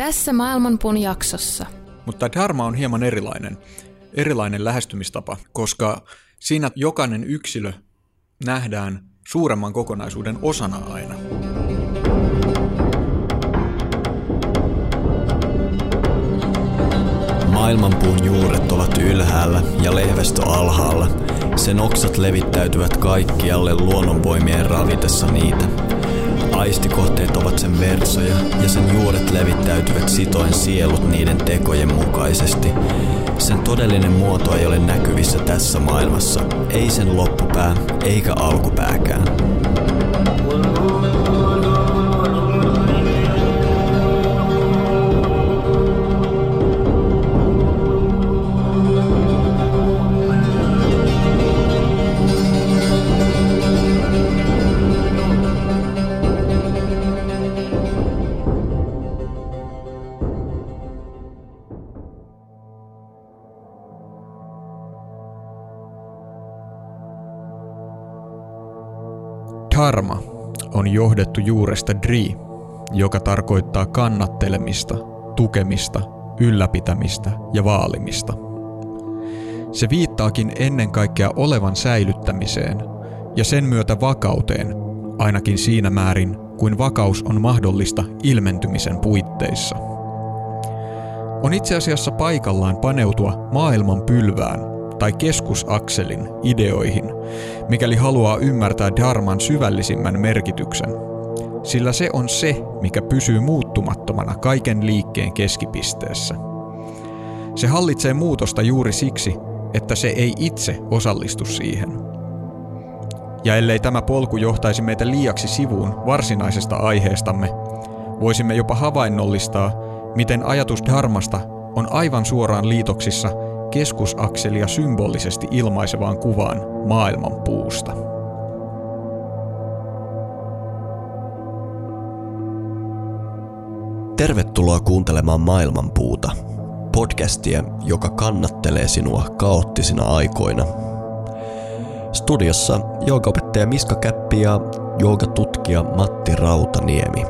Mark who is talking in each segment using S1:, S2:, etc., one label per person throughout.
S1: Tässä Maailmanpuun jaksossa.
S2: Mutta dharma on hieman erilainen lähestymistapa, koska siinä jokainen yksilö nähdään suuremman kokonaisuuden osana aina.
S3: Maailmanpuun juuret ovat ylhäällä ja lehvästö alhaalla. Sen oksat levittäytyvät kaikkialle luonnonvoimien ravitessa niitä. Aistikohteet ovat sen versoja ja sen juuret levittäytyvät sitoen sielut niiden tekojen mukaisesti. Sen todellinen muoto ei ole näkyvissä tässä maailmassa, ei sen loppupää eikä alkupääkään.
S2: Dharma on johdettu juuresta dri, joka tarkoittaa kannattelemista, tukemista, ylläpitämistä ja vaalimista. Se viittaakin ennen kaikkea olevan säilyttämiseen ja sen myötä vakauteen, ainakin siinä määrin kuin vakaus on mahdollista ilmentymisen puitteissa. On itse asiassa paikallaan paneutua maailman pylvään tai keskusakselin ideoihin, mikäli haluaa ymmärtää dharman syvällisimmän merkityksen, sillä se on se, mikä pysyy muuttumattomana kaiken liikkeen keskipisteessä. Se hallitsee muutosta juuri siksi, että se ei itse osallistu siihen. Ja ellei tämä polku johtaisi meitä liiaksi sivuun varsinaisesta aiheestamme, voisimme jopa havainnollistaa, miten ajatus dharmasta on aivan suoraan liitoksissa keskusakselia symbolisesti ilmaisevaan kuvaan maailmanpuusta.
S3: Tervetuloa kuuntelemaan Maailmanpuuta, podcastia, joka kannattelee sinua kaoottisina aikoina. Studiossa joogaopettaja Miska Käppi ja joogatutkija Matti Rautaniemi.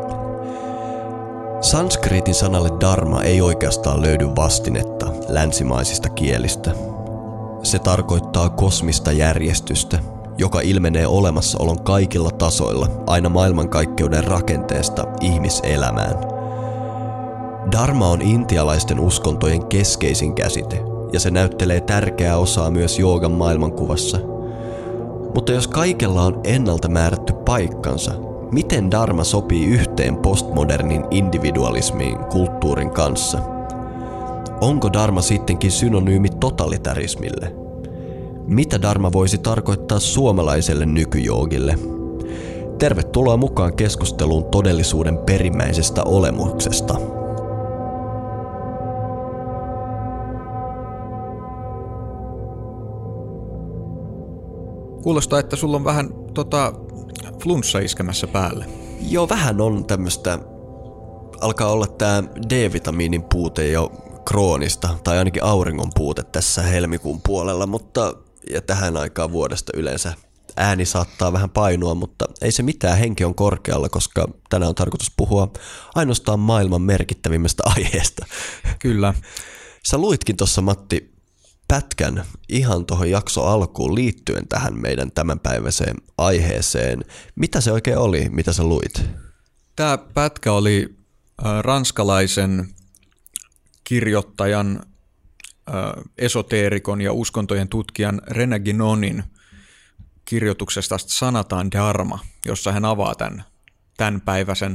S3: Sanskritin sanalle dharma ei oikeastaan löydy vastinetta länsimaisista kielistä. Se tarkoittaa kosmista järjestystä, joka ilmenee olemassaolon kaikilla tasoilla aina maailmankaikkeuden rakenteesta ihmiselämään. Dharma on intialaisten uskontojen keskeisin käsite ja se näyttelee tärkeää osaa myös joogan maailmankuvassa. Mutta jos kaikella on ennalta määrätty paikkansa, miten dharma sopii yhteen postmodernin individualismin kulttuurin kanssa? Onko dharma sittenkin synonyymi totalitarismille? Mitä dharma voisi tarkoittaa suomalaiselle nykyjoogille? Tervetuloa mukaan keskusteluun todellisuuden perimmäisestä olemuksesta.
S2: Kuulostaa, että sulla on vähän flunssa iskemässä päälle.
S3: Joo, vähän on tämmöistä, alkaa olla tää D-vitamiinin puute jo kroonista, tai ainakin auringon puute tässä helmikuun puolella, mutta ja tähän aikaan vuodesta yleensä ääni saattaa vähän painua, mutta ei se mitään, henki on korkealla, koska tänään on tarkoitus puhua ainoastaan maailman merkittävimmästä aiheesta.
S2: Kyllä.
S3: Sä luitkin tuossa, Matti, pätkän ihan tuohon jakso alkuun liittyen tähän meidän tämänpäiväiseen aiheeseen. Mitä se oikein oli, mitä sä luit?
S2: Tämä pätkä oli ranskalaisen kirjoittajan, esoteerikon ja uskontojen tutkijan René Guénonin kirjoituksesta Sanataan Dharma, jossa hän avaa tämänpäiväisen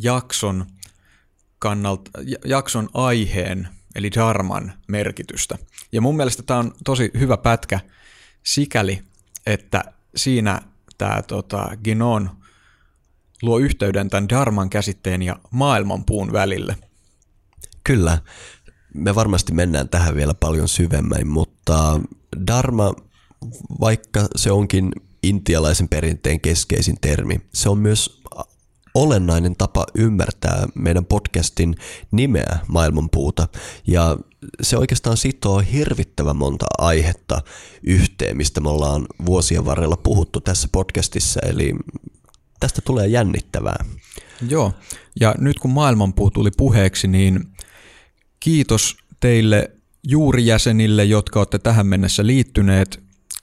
S2: jakson aiheen, eli dharman merkitystä. Ja mun mielestä tämä on tosi hyvä pätkä sikäli, että siinä tämä Guénon luo yhteyden tämän dharman käsitteen ja maailmanpuun välille.
S3: Kyllä, me varmasti mennään tähän vielä paljon syvemmin, mutta dharma, vaikka se onkin intialaisen perinteen keskeisin termi, se on myös olennainen tapa ymmärtää meidän podcastin nimeä Maailmanpuuta, ja se oikeastaan sitoo hirvittävän monta aihetta yhteen, mistä me ollaan vuosien varrella puhuttu tässä podcastissa, eli tästä tulee jännittävää.
S2: Joo, ja nyt kun maailmanpuu tuli puheeksi, niin kiitos teille juurijäsenille, jotka olette tähän mennessä liittyneet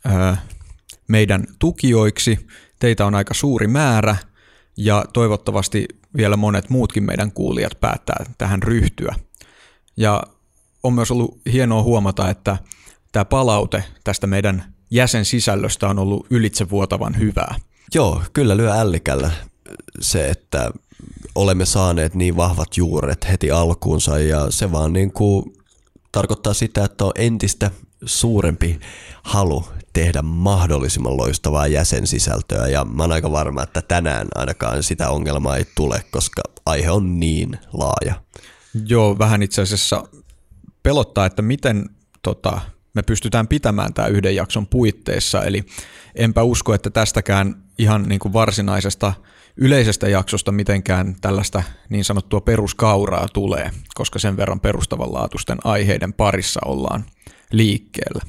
S2: meidän tukijoiksi. Teitä on aika suuri määrä ja toivottavasti vielä monet muutkin meidän kuulijat päättää tähän ryhtyä. Ja on myös ollut hienoa huomata, että tämä palaute tästä meidän jäsensisällöstä on ollut ylitsevuotavan hyvää.
S3: Joo, kyllä lyö ällikällä se, että olemme saaneet niin vahvat juuret heti alkuunsa ja se vaan niin kuin tarkoittaa sitä, että on entistä suurempi halu tehdä mahdollisimman loistavaa jäsensisältöä ja mä oon aika varma, että tänään ainakaan sitä ongelmaa ei tule, koska aihe on niin laaja.
S2: Joo, vähän itse asiassa pelottaa, että miten me pystytään pitämään tämä yhden jakson puitteissa, eli enpä usko, että tästäkään ihan niin kuin varsinaisesta yleisestä jaksosta mitenkään tällaista niin sanottua peruskauraa tulee, koska sen verran perustavanlaatuisten aiheiden parissa ollaan liikkeellä.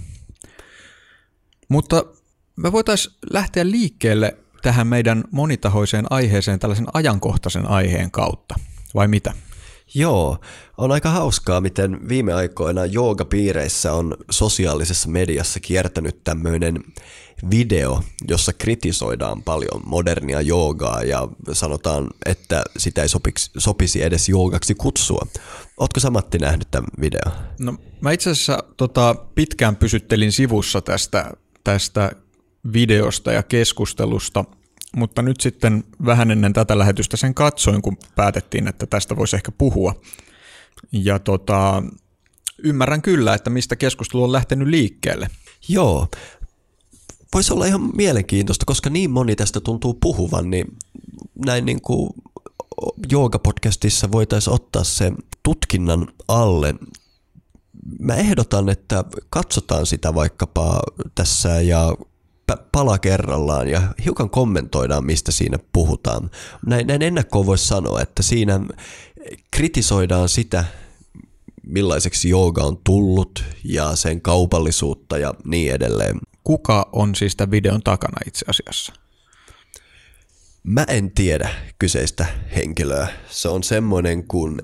S2: Mutta me voitaisiin lähteä liikkeelle tähän meidän monitahoiseen aiheeseen tällaisen ajankohtaisen aiheen kautta, vai mitä?
S3: Joo, on aika hauskaa, miten viime aikoina joogapiireissä on sosiaalisessa mediassa kiertänyt tämmöinen video, jossa kritisoidaan paljon modernia joogaa ja sanotaan, että sitä ei sopisi edes joogaksi kutsua. Ootko sä, Matti, nähnyt tämän videon?
S2: No, mä itse asiassa pitkään pysyttelin sivussa tästä videosta ja keskustelusta, mutta nyt sitten vähän ennen tätä lähetystä sen katsoin, kun päätettiin, että tästä voisi ehkä puhua. Ja ymmärrän kyllä, että mistä keskustelu on lähtenyt liikkeelle.
S3: Joo, voisi olla ihan mielenkiintoista, koska niin moni tästä tuntuu puhuvan, niin näin niin kuin joogapodcastissa voitaisiin ottaa se tutkinnan alle. Mä ehdotan, että katsotaan sitä vaikkapa tässä ja pala kerrallaan ja hiukan kommentoidaan, mistä siinä puhutaan. Näin ennakkoon voisi sanoa, että siinä kritisoidaan sitä, millaiseksi jooga on tullut ja sen kaupallisuutta ja niin edelleen.
S2: Kuka on siis tämän videon takana itse asiassa?
S3: Mä en tiedä kyseistä henkilöä. Se on semmoinen kuin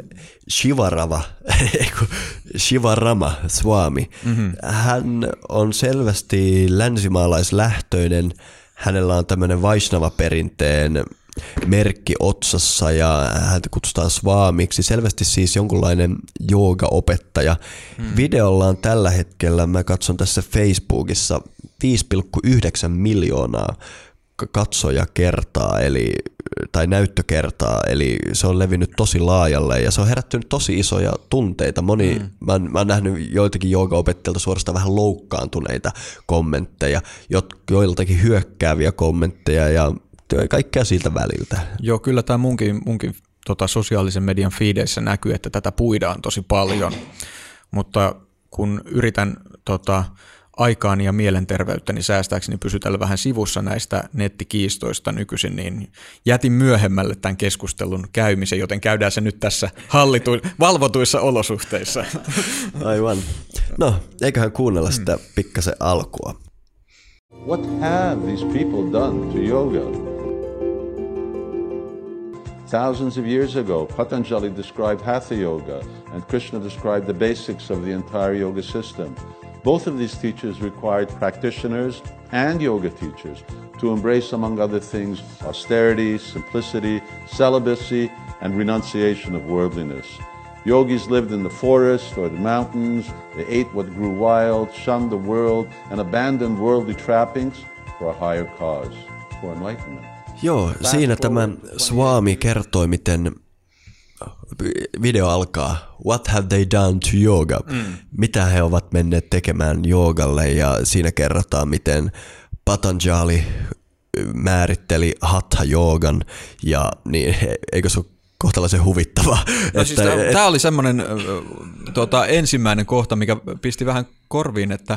S3: Shivarama Swami. Mm-hmm. Hän on selvästi länsimaalaislähtöinen. Hänellä on tämmöinen Vaishnava-perinteen merkki otsassa ja häntä kutsutaan Swamiksi. Selvästi siis jonkunlainen joogaopettaja. Videolla on tällä hetkellä, mä katson tässä Facebookissa, 5,9 miljoonaa katsojakertaa tai näyttökertaa, eli se on levinnyt tosi laajalle ja se on herättänyt tosi isoja tunteita. Mä oon nähnyt joitakin joogaopettajilta suorastaan vähän loukkaantuneita kommentteja, joiltakin hyökkääviä kommentteja ja kaikkea siltä väliltä.
S2: Joo, kyllä tämä munkin sosiaalisen median feedeissä näkyy, että tätä puidaan tosi paljon, mutta kun yritän aikaani ja mielenterveyttäni säästääkseni pysytellä vähän sivussa näistä nettikiistoista nykyisin, niin jätin myöhemmälle tämän keskustelun käymisen, joten käydään se nyt tässä valvotuissa olosuhteissa.
S3: Aivan. No, eiköhän kuunnella sitä pikkasen alkua.
S4: What have these people done to yoga? Thousands of years ago, Patanjali described Hatha Yoga, and Krishna described the basics of the entire yoga system. Both of these teachers required practitioners and yoga teachers to embrace, among other things, austerity, simplicity, celibacy, and renunciation of worldliness. Yogis lived in the forest or the mountains, they ate what grew wild, shunned the world, and abandoned worldly trappings for a higher cause, for enlightenment.
S3: Joo, siinä tämä Swami kertoi, miten video alkaa. What have they done to yoga? Mitä he ovat menneet tekemään joogalle, ja siinä kerrotaan, miten Patanjali määritteli hatha joogan, ja niin, eikö se ole kohtalaisen huvittavaa?
S2: No siis tämä oli semmoinen ensimmäinen kohta, mikä pisti vähän korviin, että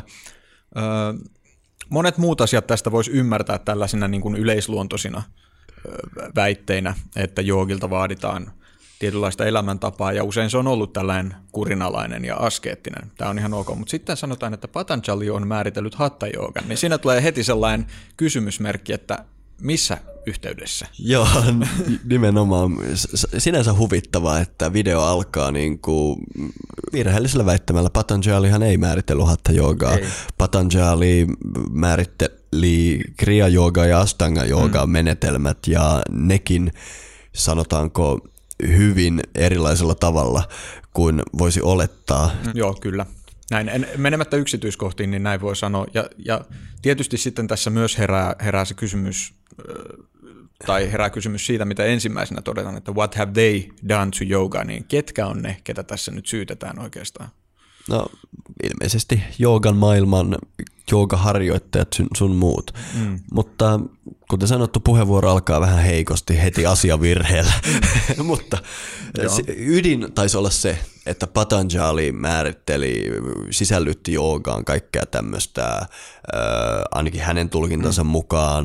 S2: monet muut asiat tästä voisi ymmärtää tällaisina niin kuin yleisluontoisina väitteinä, että joogilta vaaditaan tietynlaista elämäntapaa, ja usein se on ollut tällainen kurinalainen ja askeettinen. Tämä on ihan ok, mutta sitten sanotaan, että Patanjali on määritellyt hatha-joogan, niin siinä tulee heti sellainen kysymysmerkki, että yhteydessä.
S3: Joo, nimenomaan. Sinänsä huvittavaa, että video alkaa niin kuin virheellisellä väittämällä. Patanjalihan ei määritellyt hatha-joogaa. Patanjali määritteli kriya-joogaa ja astanga-joogaa menetelmät, ja nekin, sanotaanko, hyvin erilaisella tavalla kuin voisi olettaa.
S2: Joo, kyllä. Näin, menemättä yksityiskohtiin, niin näin voi sanoa. Ja tietysti sitten tässä myös herää se kysymys, tai herää kysymys siitä, mitä ensimmäisenä todetaan, että what have they done to yoga, niin ketkä on ne, ketä tässä nyt syytetään oikeastaan?
S3: No ilmeisesti joogan maailman joogaharjoittajat sun muut, mutta kuten sanottu, puheenvuoro alkaa vähän heikosti heti asiavirheellä, mutta ydin taisi olla se, että Patanjali sisällytti joogaan kaikkea tämmöistä, ainakin hänen tulkintansa mukaan,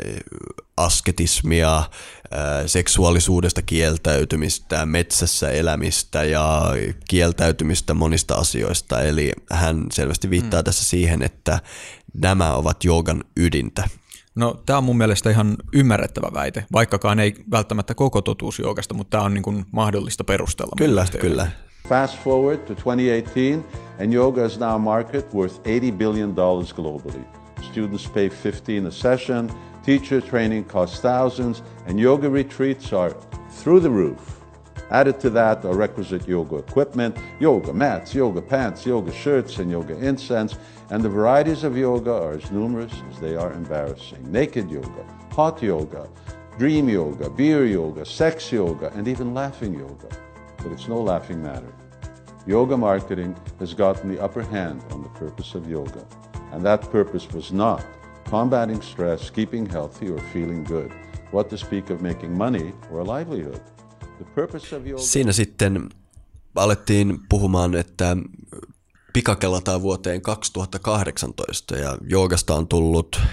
S3: asketismia, seksuaalisuudesta kieltäytymistä, metsässä elämistä ja kieltäytymistä monista asioista. Eli hän selvästi viittaa tässä siihen, että nämä ovat joogan ydintä.
S2: No, tämä on mun mielestä ihan ymmärrettävä väite, vaikkakaan ei välttämättä koko totuus joogasta, mutta tämä on niin kuin mahdollista perustella.
S3: Kyllä.
S4: Fast forward to 2018, and yoga is now a market worth $80 billion globally. Students pay $15 a session, teacher training costs thousands, and yoga retreats are through the roof. Added to that are requisite yoga equipment, yoga mats, yoga pants, yoga shirts, and yoga incense, and the varieties of yoga are as numerous as they are embarrassing. Naked yoga, hot yoga, dream yoga, beer yoga, sex yoga, and even laughing yoga. But it's no laughing matter. Yoga marketing has gotten the upper hand on the purpose of yoga, and that purpose was not combating stress, keeping healthy, or feeling good. What to speak of making money or a livelihood. The purpose of yoga...
S3: Siinä sitten alettiin puhumaan, että pikakelataan vuoteen 2018 ja joogasta on tullut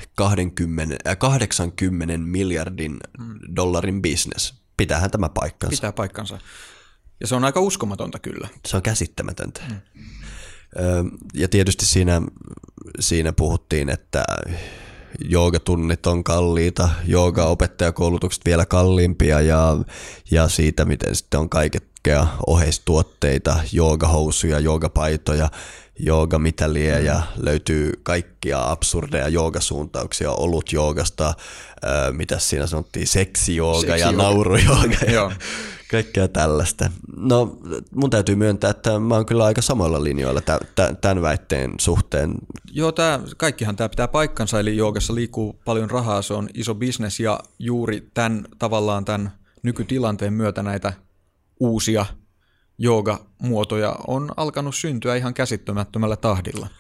S3: 80 miljardin dollarin business. Pitäähän tämä paikkansa?
S2: Pitää paikkansa. Ja se on aika uskomatonta kyllä.
S3: Se on käsittämätöntä. Ja tietysti siinä puhuttiin, että joogatunnit on kalliita, joogaopettajakoulutukset vielä kalliimpia ja siitä, miten sitten on kaikkea oheistuotteita, joogahousuja, joogapaitoja, joogamitalia ja löytyy kaikkia absurdeja joogasuuntauksia, olut joogasta, mitä siinä sanottiin, seksijooga ja naurujooga ja kaikkea tällaista. No mun täytyy myöntää, että mä oon kyllä aika samoilla linjoilla tämän väitteen suhteen.
S2: Joo, kaikkihan tämä pitää paikkansa, eli joogassa liikkuu paljon rahaa, se on iso bisnes ja juuri tavallaan tämän nykytilanteen myötä näitä uusia joogamuotoja on alkanut syntyä ihan käsittämättömällä tahdilla.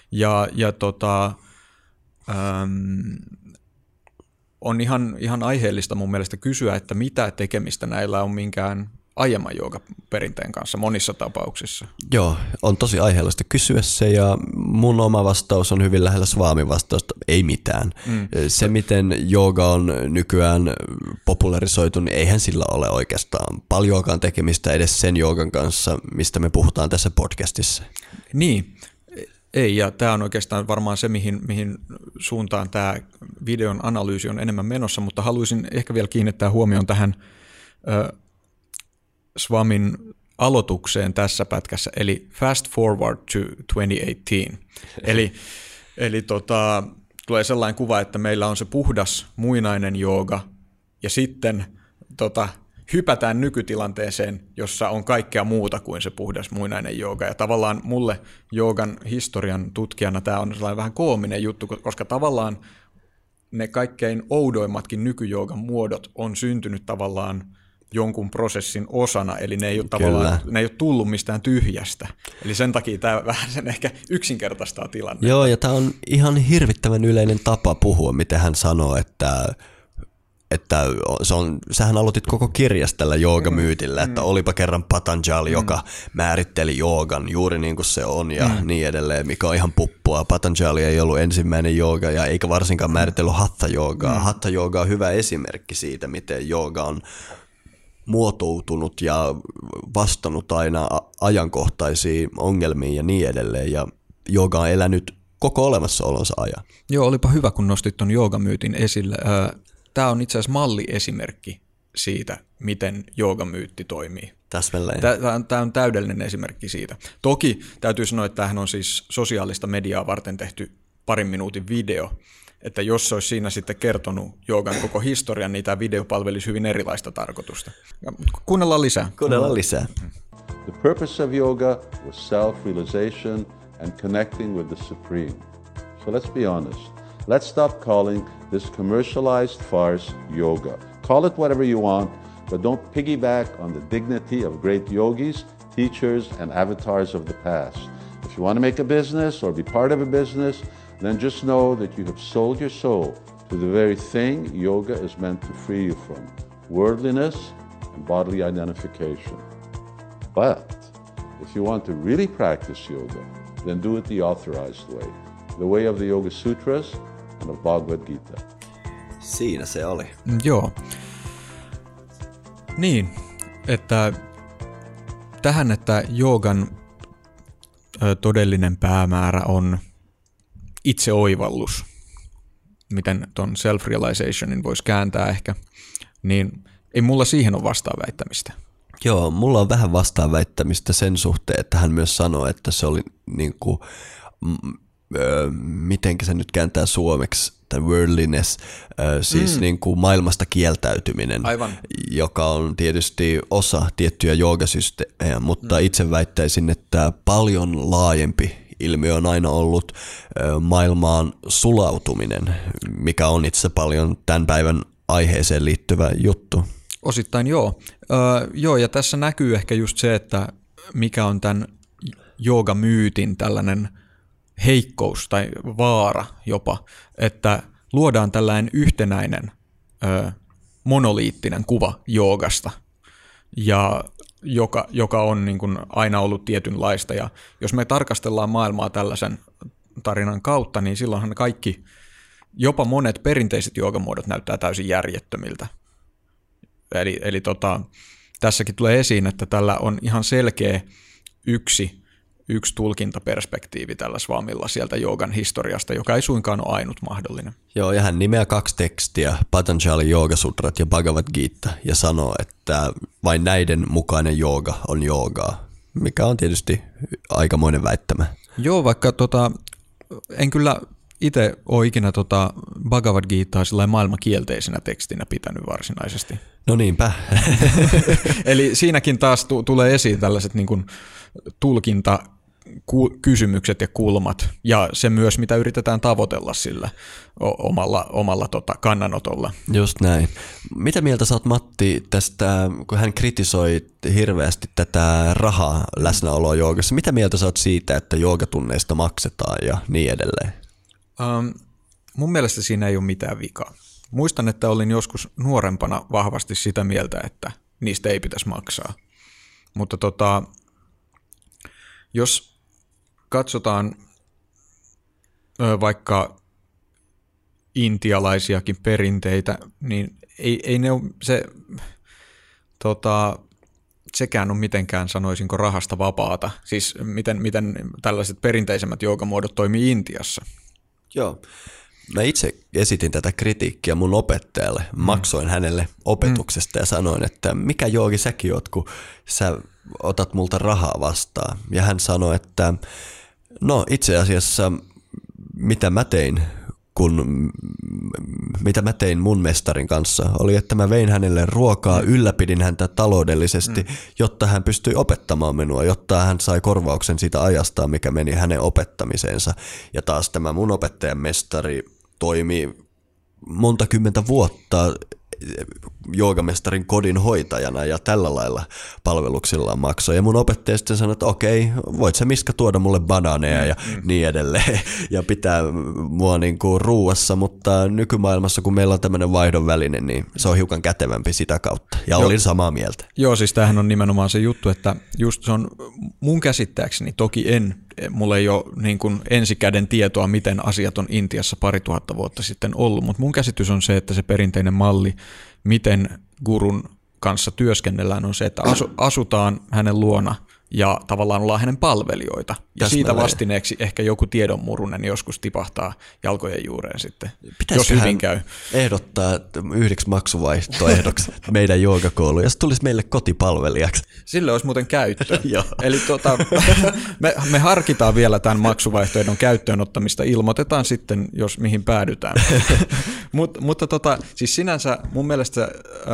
S2: On ihan aiheellista mun mielestä kysyä, että mitä tekemistä näillä on minkään aiemman joogaperinteen kanssa monissa tapauksissa.
S3: Joo, on tosi aiheellista kysyä se ja mun oma vastaus on hyvin lähellä Swamin vastausta, ei mitään. Se, miten jooga on nykyään popularisoitu, niin eihän sillä ole oikeastaan paljoakaan tekemistä edes sen joogan kanssa, mistä me puhutaan tässä podcastissa.
S2: Niin, ei, ja tämä on oikeastaan varmaan se, mihin suuntaan tämä videon analyysi on enemmän menossa, mutta haluaisin ehkä vielä kiinnittää huomioon tähän Swamin aloitukseen tässä pätkässä, eli fast forward to 2018. Eli tulee sellainen kuva, että meillä on se puhdas muinainen jooga, ja sitten hypätään nykytilanteeseen, jossa on kaikkea muuta kuin se puhdas muinainen jooga. Ja tavallaan mulle joogan historian tutkijana tämä on sellainen vähän koominen juttu, koska tavallaan ne kaikkein oudoimmatkin nykyjoogan muodot on syntynyt tavallaan jonkun prosessin osana, eli ne ei ole tullut mistään tyhjästä. Eli sen takia tämä vähän sen ehkä yksinkertaistaa tilanne.
S3: Joo, ja tämä on ihan hirvittävän yleinen tapa puhua, miten hän sanoo, että sähän aloitit koko kirjasta tällä joogamyytillä, että olipa kerran Patanjali, joka määritteli joogan juuri niin kuin se on ja niin edelleen, mikä on ihan puppua. Patanjali ei ollut ensimmäinen jooga ja eikä varsinkaan määritellyt hatha-joogaa. Hatha-jooga on hyvä esimerkki siitä, miten jooga on muotoutunut ja vastannut aina ajankohtaisiin ongelmiin ja niin edelleen, ja jooga on elänyt koko olemassaolonsa ajan.
S2: Joo, olipa hyvä, kun nostit ton joogamyytin esille. tämä on itse asiassa malliesimerkki siitä, miten joogamyytti toimii.
S3: Täsmälleen.
S2: Tämä on täydellinen esimerkki siitä. Toki täytyy sanoa, että tämähän on siis sosiaalista mediaa varten tehty 2 minuutin video, että jos se olisi siinä sitten kertonut joogan koko historian, niin tämä video palvelisi hyvin erilaista tarkoitusta. Kuunnellaan lisää.
S4: The purpose of yoga was self-realization and connecting with the Supreme. So let's be honest. Let's stop calling this commercialized farce yoga. Call it whatever you want, but don't piggyback on the dignity of great yogis, teachers, and avatars of the past. If you want to make a business or be part of a business, then just know that you have sold your soul to the very thing yoga is meant to free you from, worldliness and bodily identification. But if you want to really practice yoga, then do it the authorized way, the way of the Yoga Sutras and of Bhagavad Gita.
S3: Siinä se oli.
S2: Joo. Niin, että tähän, että joogan todellinen päämäärä on itseoivallus, miten ton self-realizationin voisi kääntää ehkä, niin ei mulla siihen ole vastaan väittämistä.
S3: Joo, mulla on vähän vastaan väittämistä sen suhteen, että hän myös sanoi, että se oli niin kuin, mitenkä se nyt kääntää suomeksi, tämä worldliness, siis niin kuin maailmasta kieltäytyminen,
S2: aivan,
S3: joka on tietysti osa tiettyjä joogasysteemejä, mutta itse väittäisin, että paljon laajempi ilmiö on aina ollut maailmaan sulautuminen, mikä on itse paljon tämän päivän aiheeseen liittyvä juttu.
S2: Osittain joo. Joo, ja tässä näkyy ehkä just se, että mikä on tämän joogamyytin tällainen heikkous tai vaara jopa, että luodaan tällainen yhtenäinen monoliittinen kuva joogasta, ja joka on niin kuin aina ollut tietynlaista. Ja jos me tarkastellaan maailmaa tällaisen tarinan kautta, niin silloinhan kaikki, jopa monet perinteiset joogamuodot näyttää täysin järjettömiltä. Eli tässäkin tulee esiin, että tällä on ihan selkeä yksi tulkintaperspektiivi tällä Swamilla sieltä joogan historiasta, joka ei suinkaan ole ainut mahdollinen.
S3: Joo, ja hän nimeää 2 tekstiä, Patanjali Joogasutrat ja Bhagavad Gita, ja sanoo, että vain näiden mukainen jooga on joogaa, mikä on tietysti aikamoinen väittämä.
S2: Joo, vaikka en kyllä itse ole ikinä Bhagavad Gitaa sillä maailmankielteisenä tekstinä pitänyt varsinaisesti.
S3: No niinpä.
S2: Eli siinäkin taas tulee esiin tällaiset niin kuin tulkintakysymykset ja kulmat, ja se myös, mitä yritetään tavoitella sillä omalla kannanotolla.
S3: Just näin. Mitä mieltä sä oot, Matti, tästä, kun hän kritisoi hirveästi tätä rahaa läsnäoloa joogassa, mitä mieltä sä oot siitä, että joogatunneista maksetaan ja niin edelleen?
S2: Mun mielestä siinä ei ole mitään vikaa. Muistan, että olin joskus nuorempana vahvasti sitä mieltä, että niistä ei pitäisi maksaa. Mutta jos katsotaan vaikka intialaisiakin perinteitä, niin ei ne ole sekään on mitenkään, sanoisinko, rahasta vapaata. Siis miten tällaiset perinteisemmät joogamuodot toimii Intiassa.
S3: Joo. Mä itse esitin tätä kritiikkiä mun opettajalle, maksoin hänelle opetuksesta ja sanoin, että mikä joogi säkin oot, kun sä otat multa rahaa vastaan. Ja hän sanoi, että no itse asiassa mitä mä tein mun mestarin kanssa, oli, että mä vein hänelle ruokaa, ylläpidin häntä taloudellisesti, jotta hän pystyi opettamaan minua, jotta hän sai korvauksen siitä ajasta, mikä meni hänen opettamiseensa. Ja taas tämä mun opettajan mestari toimi monta kymmentä vuotta joogamestarin kodin hoitajana ja tällä lailla palveluksillaan maksoi. Ja mun opettaja sitten sanoi, että okei, voit sä Miska tuoda mulle banaaneja ja niin edelleen ja pitää mua niinku ruuassa, mutta nykymaailmassa kun meillä on tämmöinen vaihdon väline, niin se on hiukan kätevämpi sitä kautta. Ja olin samaa mieltä. Joo,
S2: siis tämähän on nimenomaan se juttu, että just se on mun käsittääkseni, toki mulla ei ole niin kuin ensikäden tietoa, miten asiat on Intiassa 2000 vuotta sitten ollut, mutta mun käsitys on se, että se perinteinen malli, miten gurun kanssa työskennellään, on se, että asutaan hänen luona ja tavallaan ollaan hänen palvelijoita. Ja siitä vastineeksi ehkä joku tiedonmurunen joskus tipahtaa jalkojen juureen sitten, jos hyvin käy.
S3: Ehdottaa yhdeksi maksuvaihtoehdoksi meidän joogakouluun, ja se tulisi meille kotipalvelijaksi.
S2: Sille olisi muuten käyttö. Eli me harkitaan vielä tämän maksuvaihtoehdon käyttöönottamista, ilmoitetaan sitten, jos mihin päädytään. Mutta siis sinänsä mun mielestä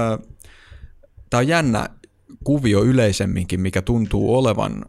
S2: tämä on jännä kuvio yleisemminkin, mikä tuntuu olevan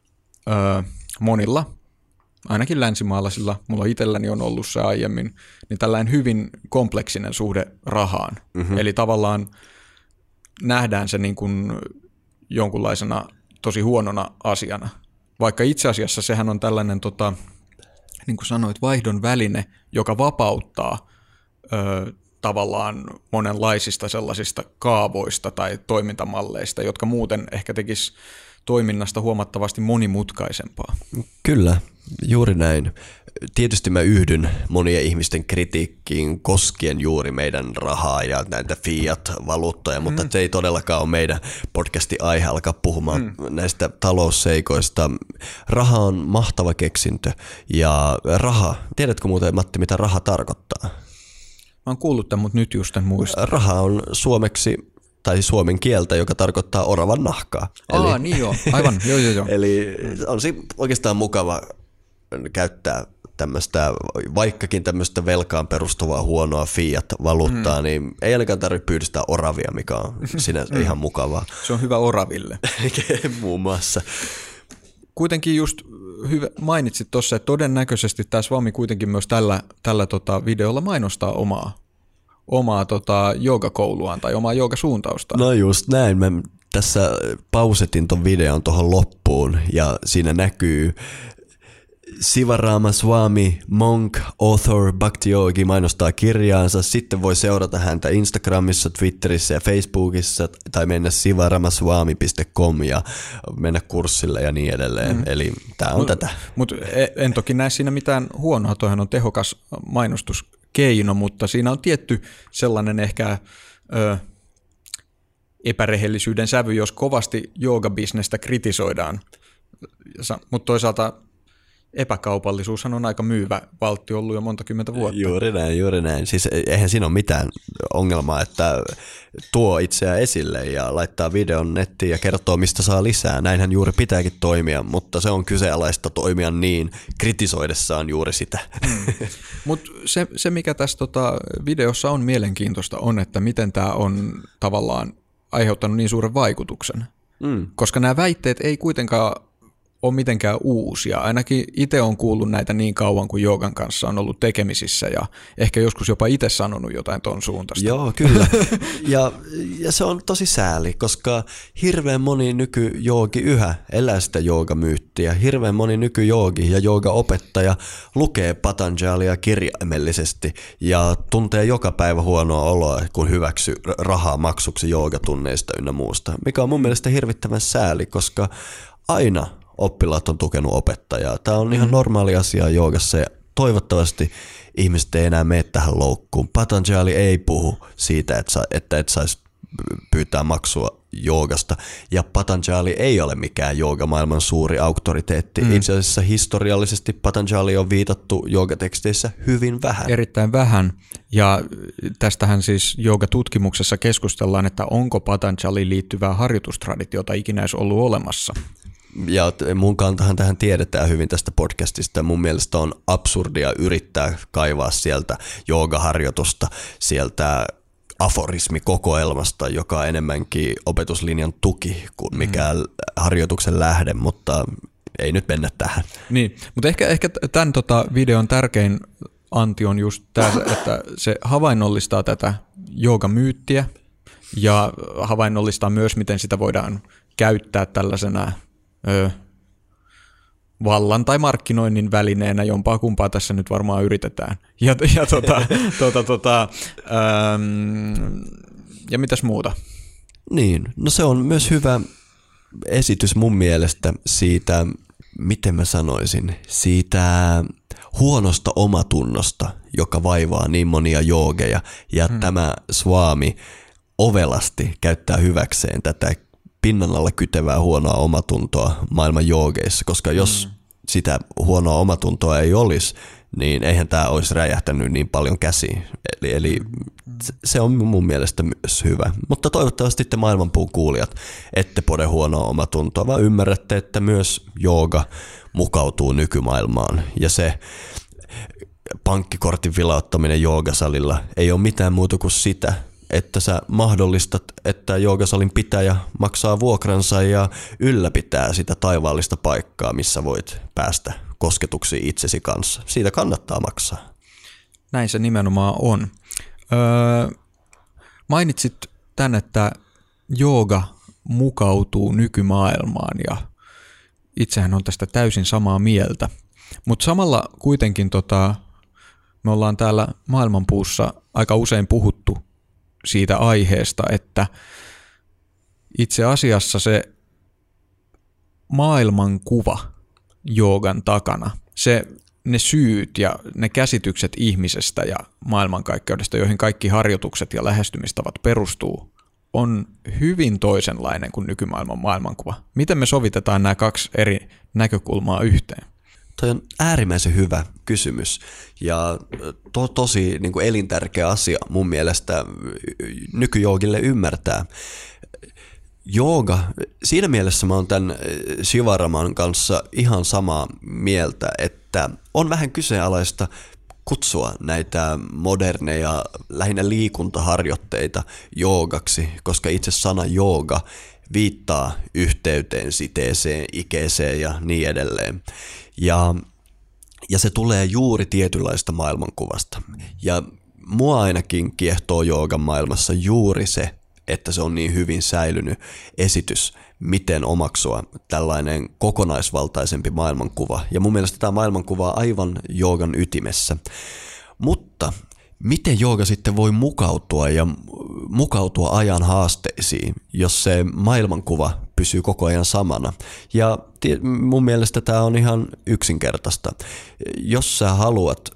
S2: monilla, ainakin länsimaalaisilla, mulla itselläni on ollut se aiemmin, niin tällainen hyvin kompleksinen suhde rahaan. Mm-hmm. Eli tavallaan nähdään se niin kuin jonkunlaisena tosi huonona asiana, vaikka itse asiassa sehän on tällainen, niin kuin sanoit, vaihdon väline, joka vapauttaa tavallaan monenlaisista sellaisista kaavoista tai toimintamalleista, jotka muuten ehkä tekisi toiminnasta huomattavasti monimutkaisempaa. Kyllä,
S3: juuri näin. Tietysti mä yhdyn monien ihmisten kritiikkiin koskien juuri meidän rahaa ja näitä fiat-valuuttoja, mutta se ei todellakaan ole meidän podcastin aihe alkaa puhumaan näistä talousseikoista. Raha on mahtava keksintö ja tiedätkö muuten, Matti, mitä raha tarkoittaa?
S2: Mä oon kuullut tämän, mutta nyt just en muista.
S3: Raha on suomeksi tai suomen kieltä, joka tarkoittaa oravan nahkaa.
S2: Niin joo, aivan, joo.
S3: Eli on oikeastaan mukava käyttää tämmöistä, vaikkakin tämmöistä velkaan perustuvaa huonoa fiat-valuuttaa, niin ei ainakaan tarvitse pyydystää oravia, mikä on sinänsä ihan mukavaa.
S2: Se on hyvä oraville.
S3: Muun muassa.
S2: Kuitenkin just mainitsit tuossa, että todennäköisesti tämä Swami kuitenkin myös tällä videolla mainostaa omaa joogakouluaan tai omaa joogasuuntausta.
S3: No just näin. Mä tässä pausetin ton videon tuohon loppuun ja siinä näkyy Siva Ramaswamy, monk, author, bhakti yogi mainostaa kirjaansa. Sitten voi seurata häntä Instagramissa, Twitterissä ja Facebookissa tai mennä sivaramaswamy.com ja mennä kurssille ja niin edelleen. Eli tää on tätä.
S2: Mutta en toki näe siinä mitään huonoa. Toihan on tehokas mainostuskeino, mutta siinä on tietty sellainen ehkä epärehellisyyden sävy, jos kovasti joogabisnestä kritisoidaan. Mutta toisaalta epäkaupallisuushan on aika myyvä valtti ollut jo monta kymmentä vuotta.
S3: Juuri näin. Siis eihän siinä ole mitään ongelmaa, että tuo itseään esille ja laittaa videon nettiin ja kertoo, mistä saa lisää. Näinhän juuri pitääkin toimia, mutta se on kyseenalaista toimia niin kritisoidessaan juuri sitä.
S2: Mutta se, mikä tässä videossa on mielenkiintoista, on, että miten tämä on tavallaan aiheuttanut niin suuren vaikutuksen. Koska nämä väitteet ei kuitenkaan ole mitenkään uusia. Ainakin itse olen kuullut näitä niin kauan kuin joogan kanssa on ollut tekemisissä ja ehkä joskus jopa itse sanonut jotain ton suuntaista.
S3: Joo, kyllä. ja se on tosi sääli, koska hirveän moni nykyjoogi yhä elää sitä joogamyyttiä. Hirveän moni nykyjoogi ja joogaopettaja lukee Patanjalia kirjaimellisesti ja tuntee joka päivä huonoa oloa, kun hyväksyy rahaa maksuksi joogatunneista ynnä muusta, mikä on mun mielestä hirvittävän sääli, koska aina oppilaat on tukenut opettajaa. Tämä on ihan normaali asia joogassa ja toivottavasti ihmiset ei enää mene tähän loukkuun. Patanjali ei puhu siitä, että et saisi pyytää maksua joogasta ja Patanjali ei ole mikään joogamaailman suuri auktoriteetti. Itse asiassa historiallisesti Patanjali on viitattu joogateksteissä hyvin vähän.
S2: Erittäin vähän ja tästähän siis joogatutkimuksessa keskustellaan, että onko Patanjaliin liittyvää harjoitustraditiota ikinä edes ollut olemassa.
S3: Ja mun kantahan tähän tiedetään hyvin tästä podcastista. Mun mielestä on absurdia yrittää kaivaa sieltä joogaharjoitusta, sieltä aforismikokoelmasta, joka on enemmänkin opetuslinjan tuki kuin mikään harjoituksen lähde, mutta ei nyt mennä tähän.
S2: Niin, mutta ehkä tämän videon tärkein anti on just tämä, että se havainnollistaa tätä joogamyyttiä ja havainnollistaa myös, miten sitä voidaan käyttää tällaisena vallan tai markkinoinnin välineenä, jompaa kumpaa tässä nyt varmaan yritetään. Ja mitäs muuta?
S3: Niin, no se on myös hyvä esitys mun mielestä siitä, miten mä sanoisin, siitä huonosta omatunnosta, joka vaivaa niin monia joogeja, ja tämä Swami ovelasti käyttää hyväkseen tätä pinnan alla kytevää huonoa omatuntoa maailman joogeissa, koska jos sitä huonoa omatuntoa ei olisi, niin eihän tämä olisi räjähtänyt niin paljon käsiin. Eli se on mun mielestä myös hyvä. Mutta toivottavasti te maailmanpuun kuulijat ette pode huonoa omatuntoa, vaan ymmärrätte, että myös jooga mukautuu nykymaailmaan. Ja se pankkikortin vilauttaminen joogasalilla ei ole mitään muuta kuin sitä, että sä mahdollistat, että joogasalin pitäjä maksaa vuokransa ja ylläpitää sitä taivaallista paikkaa, missä voit päästä kosketuksiin itsesi kanssa. Siitä kannattaa maksaa.
S2: Näin se nimenomaan on. Mainitsit tän, että jooga mukautuu nykymaailmaan ja itsehän on tästä täysin samaa mieltä. Mutta samalla kuitenkin me ollaan täällä Maailmanpuussa aika usein puhuttu siitä aiheesta, että itse asiassa se maailmankuva joogan takana, ne syyt ja ne käsitykset ihmisestä ja maailmankaikkeudesta, joihin kaikki harjoitukset ja lähestymistavat perustuu, on hyvin toisenlainen kuin nykymaailman maailmankuva. Miten me sovitetaan nämä kaksi eri näkökulmaa yhteen?
S3: Toi on äärimmäisen hyvä kysymys ja tosi niin kuin elintärkeä asia mun mielestä nykyjoogille ymmärtää. Jooga, siinä mielessä mä oon tämän Shivaraman kanssa ihan samaa mieltä, että on vähän kyseenalaista kutsua näitä moderneja, lähinnä liikuntaharjoitteita joogaksi, koska itse sana jooga viittaa yhteyteen, siteeseen, ikeeseen ja niin edelleen. Ja se tulee juuri tietynlaista maailmankuvasta. Ja mua ainakin kiehtoo joogan maailmassa juuri se, että se on niin hyvin säilynyt esitys, miten omaksua tällainen kokonaisvaltaisempi maailmankuva. Ja mun mielestä tämä maailmankuva on aivan joogan ytimessä. Mutta miten jooga sitten voi mukautua ajan haasteisiin, jos se maailmankuva pysyy koko ajan samana? Ja mun mielestä tämä on ihan yksinkertaista. Jos sä haluat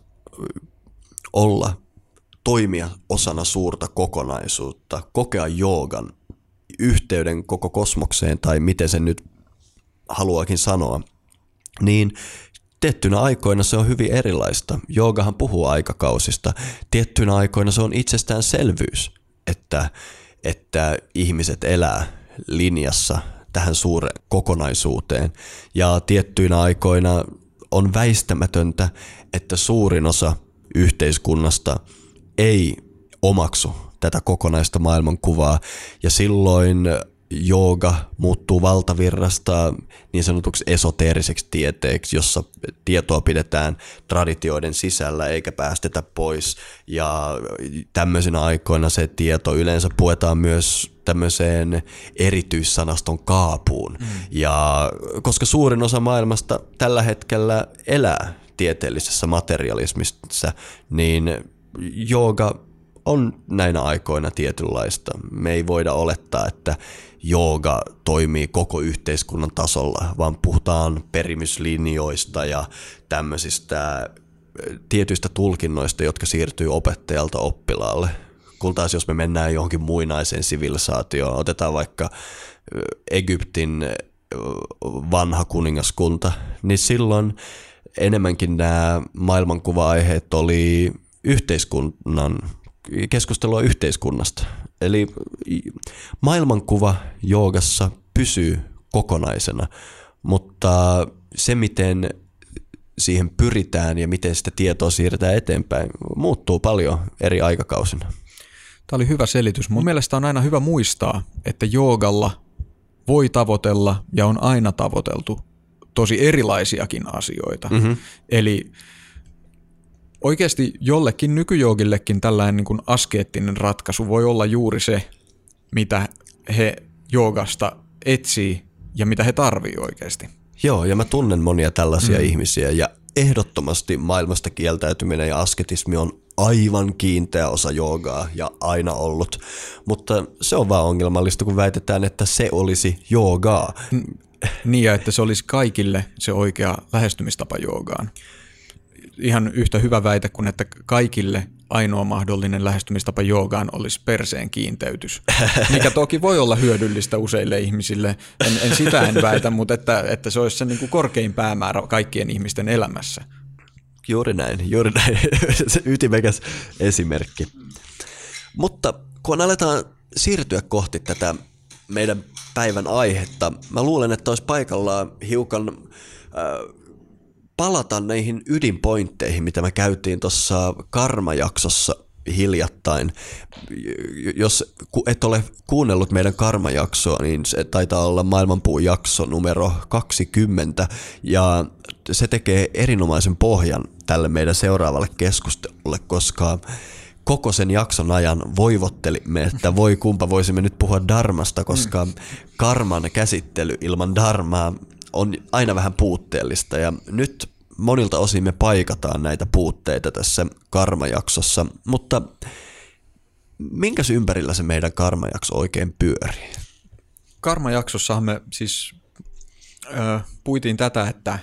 S3: toimia osana suurta kokonaisuutta, kokea joogan yhteyden koko kosmokseen tai miten sen nyt haluakin sanoa, niin tiettynä aikoina se on hyvin erilaista. Joogahan puhuu aikakausista. Tiettynä aikoina se on itsestäänselvyys, että ihmiset elää linjassa tähän suureen kokonaisuuteen. Ja tiettyinä aikoina on väistämätöntä, että suurin osa yhteiskunnasta ei omaksu tätä kokonaista maailmankuvaa ja silloin jooga muuttuu valtavirrasta niin sanotuksi esoteeriseksi tieteeksi, jossa tietoa pidetään traditioiden sisällä eikä päästetä pois ja tämmöisinä aikoina se tieto yleensä puetaan myös tämmöiseen erityissanaston kaapuun ja koska suurin osa maailmasta tällä hetkellä elää tieteellisessä materialismissa, niin jooga on näinä aikoina tietynlaista. Me ei voida olettaa, että jooga toimii koko yhteiskunnan tasolla, vaan puhutaan perimyslinjoista ja tämmöisistä tietyistä tulkinnoista, jotka siirtyy opettajalta oppilaalle. Kun taas jos me mennään johonkin muinaiseen sivilisaatioon, otetaan vaikka Egyptin vanha kuningaskunta, niin silloin enemmänkin nämä maailmankuva-aiheet oli keskustelua yhteiskunnasta. Eli maailmankuva joogassa pysyy kokonaisena, mutta se miten siihen pyritään ja miten sitä tietoa siirretään eteenpäin muuttuu paljon eri aikakausina.
S2: Tämä oli hyvä selitys. Mun mielestä on aina hyvä muistaa, että joogalla voi tavoitella ja on aina tavoiteltu tosi erilaisiakin asioita. Eli oikeasti jollekin nykyjoogillekin tällainen niin kuin askeettinen ratkaisu voi olla juuri se, mitä he joogasta etsii ja mitä he tarvii oikeasti.
S3: Joo, ja mä tunnen monia tällaisia ihmisiä ja ehdottomasti maailmasta kieltäytyminen ja asketismi on aivan kiinteä osa joogaa ja aina ollut, mutta se on vaan ongelmallista, kun väitetään, että se olisi joogaa.
S2: Niin ja että se olisi kaikille se oikea lähestymistapa joogaan. ihan yhtä hyvä väite kuin, että kaikille ainoa mahdollinen lähestymistapa joogaan olisi perseen kiinteytys, mikä toki voi olla hyödyllistä useille ihmisille. En sitä en väitä, mutta että se olisi se niin kuin korkein päämäärä kaikkien ihmisten elämässä.
S3: Juuri näin. Se ytimekäs esimerkki. Mutta kun aletaan siirtyä kohti tätä meidän päivän aihetta, mä luulen, että olisi paikallaan hiukan palata näihin ydinpointteihin, mitä me käytiin tuossa karmajaksossa hiljattain. Jos et ole kuunnellut meidän karmajaksoa, niin se taitaa olla Maailmanpuun jakso numero 20, ja se tekee erinomaisen pohjan tälle meidän seuraavalle keskustelulle, koska koko sen jakson ajan voivottelimme, että voi kumpa voisimme nyt puhua dharmasta, koska karman käsittely ilman dharmaa on aina vähän puutteellista, ja nyt monilta osin me paikataan näitä puutteita tässä karmajaksossa, mutta minkäs ympärillä se meidän karmajakso oikein pyörii?
S2: Karmajaksossahan me siis puitiin tätä, että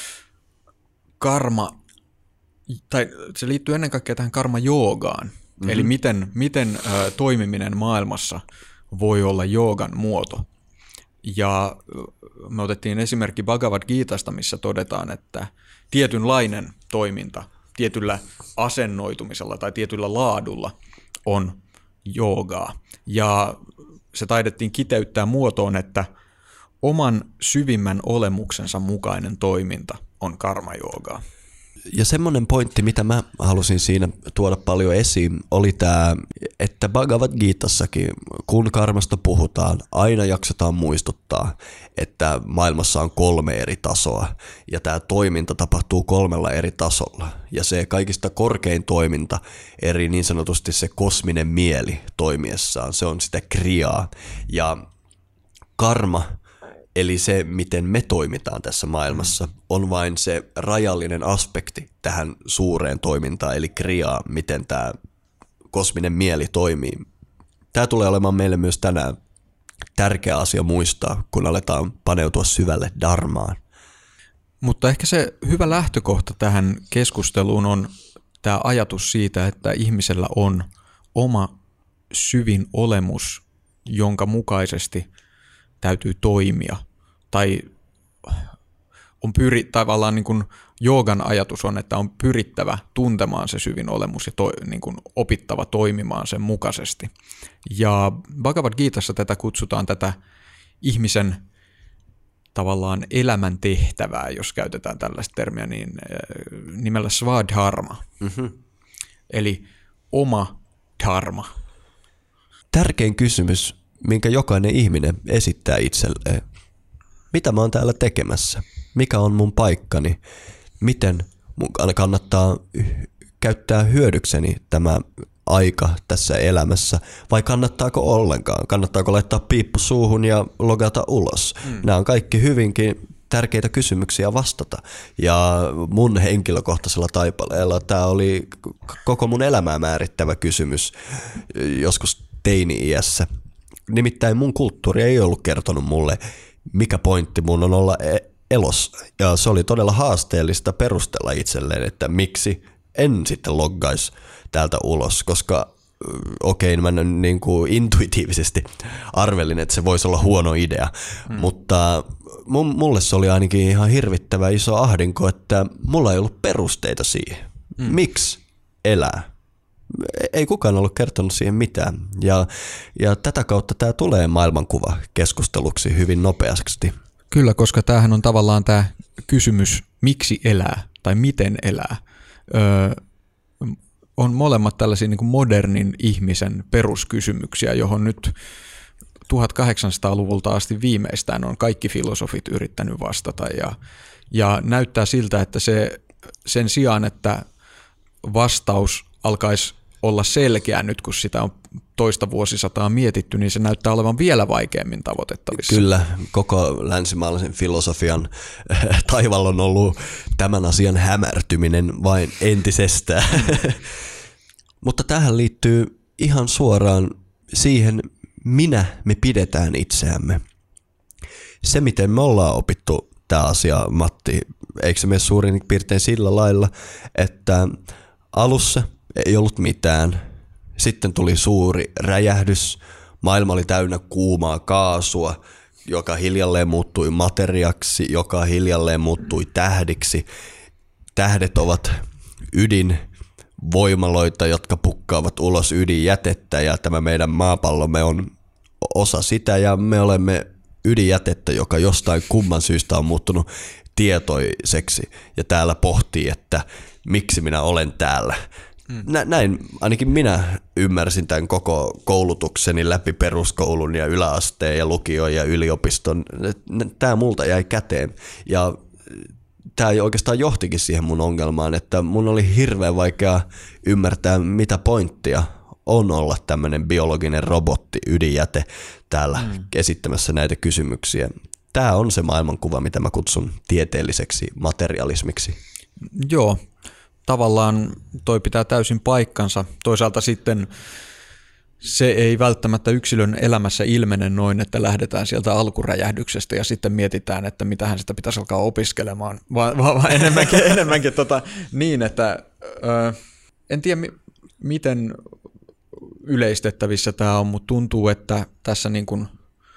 S2: karma, tai se liittyy ennen kaikkea tähän karma-joogaan, eli miten toimiminen maailmassa voi olla joogan muoto. Ja me otettiin esimerkki Bhagavad Gitasta, missä todetaan, että tietynlainen toiminta tietyllä asennoitumisella tai tietyllä laadulla on joogaa. Ja se taidettiin kiteyttää muotoon, että oman syvimmän olemuksensa mukainen toiminta on karma-joogaa.
S3: Ja semmoinen pointti, mitä mä halusin siinä tuoda paljon esiin, oli tämä, että Bhagavad Gitassakin, kun karmasta puhutaan, aina jaksetaan muistuttaa, että maailmassa on 3 eri tasoa, ja tämä toiminta tapahtuu 3 eri tasolla. Ja se kaikista korkein toiminta, eri niin sanotusti se kosminen mieli toimiessaan, se on sitä kriaa. Ja karma, eli se, miten me toimitaan tässä maailmassa, on vain se rajallinen aspekti tähän suureen toimintaan, eli kriaa, miten tämä kosminen mieli toimii. Tämä tulee olemaan meille myös tänään tärkeä asia muistaa, kun aletaan paneutua syvälle dharmaan.
S2: Mutta ehkä se hyvä lähtökohta tähän keskusteluun on tämä ajatus siitä, että ihmisellä on oma syvin olemus, jonka mukaisesti täytyy toimia. Tai on tavallaan niin kuin joogan ajatus on, että on pyrittävä tuntemaan se syvin olemus ja niin kuin opittava toimimaan sen mukaisesti. Ja Bhagavad Gitassa tätä kutsutaan tätä ihmisen tavallaan elämän tehtävää, jos käytetään tällaista termiä, niin nimellä svadharma. Eli oma dharma.
S3: Tärkein kysymys, minkä jokainen ihminen esittää itselleen. Mitä mä oon täällä tekemässä? Mikä on mun paikkani? Miten mun kannattaa käyttää hyödykseni tämä aika tässä elämässä? Vai kannattaako ollenkaan? Kannattaako laittaa piippu suuhun ja logata ulos? Nämä on kaikki hyvinkin tärkeitä kysymyksiä vastata. Ja mun henkilökohtaisella taipaleella tämä oli koko mun elämää määrittävä kysymys joskus teini-iässä. Nimittäin mun kulttuuri ei ollut kertonut mulle, mikä pointti mun on olla elossa. Ja se oli todella haasteellista perustella itselleen, että miksi en sitten loggaisi täältä ulos, koska mä niin kuin intuitiivisesti arvelin, että se voisi olla huono idea, mutta mulle se oli ainakin ihan hirvittävä iso ahdinko, että mulla ei ollut perusteita siihen. Miksi elää? Ei kukaan ollut kertonut siihen mitään. Ja tätä kautta tämä tulee maailmankuva keskusteluksi hyvin nopeasti.
S2: Kyllä, koska tämähän on tavallaan tämä kysymys, miksi elää tai miten elää. On molemmat tällaisia niin kuin modernin ihmisen peruskysymyksiä, johon nyt 1800-luvulta asti viimeistään on kaikki filosofit yrittänyt vastata. Ja näyttää siltä, että sen sijaan, että vastaus alkaisi olla selkeä nyt, kun sitä on toista vuosisataa mietitty, niin se näyttää olevan vielä vaikeammin tavoitettavissa.
S3: Kyllä, koko länsimaalaisen filosofian taivaalla on ollut tämän asian hämärtyminen vain entisestään. Mutta tähän liittyy ihan suoraan siihen, minä me pidetään itseämme. Se, miten me ollaan opittu tämä asia, Matti, eikö se mene suurin piirtein sillä lailla, että alussa ei ollut mitään, sitten tuli suuri räjähdys, maailma oli täynnä kuumaa kaasua, joka hiljalleen muuttui materiaksi, joka hiljalleen muuttui tähdiksi. Tähdet ovat ydinvoimaloita, jotka pukkaavat ulos ydinjätettä, ja tämä meidän maapallomme on osa sitä, ja me olemme ydinjätettä, joka jostain kumman syystä on muuttunut tietoiseksi, ja täällä pohtii, että miksi minä olen täällä. Näin ainakin minä ymmärsin tämän koko koulutukseni läpi peruskoulun ja yläasteen ja lukion ja yliopiston. Tämä multa jäi käteen, ja tämä oikeastaan johtikin siihen mun ongelmaan, että mun oli hirveän vaikea ymmärtää, mitä pointtia on olla tämmöinen biologinen robotti, ydinjäte täällä esittämässä näitä kysymyksiä. Tämä on se maailmankuva, mitä mä kutsun tieteelliseksi materialismiksi.
S2: Joo, tavallaan toi pitää täysin paikkansa. Toisaalta sitten se ei välttämättä yksilön elämässä ilmene noin, että lähdetään sieltä alkuräjähdyksestä ja sitten mietitään, että mitähän sitä pitäisi alkaa opiskelemaan, vaan enemmänkin niin, että en tiedä miten yleistettävissä tämä on, mutta tuntuu, että tässä niin kuin,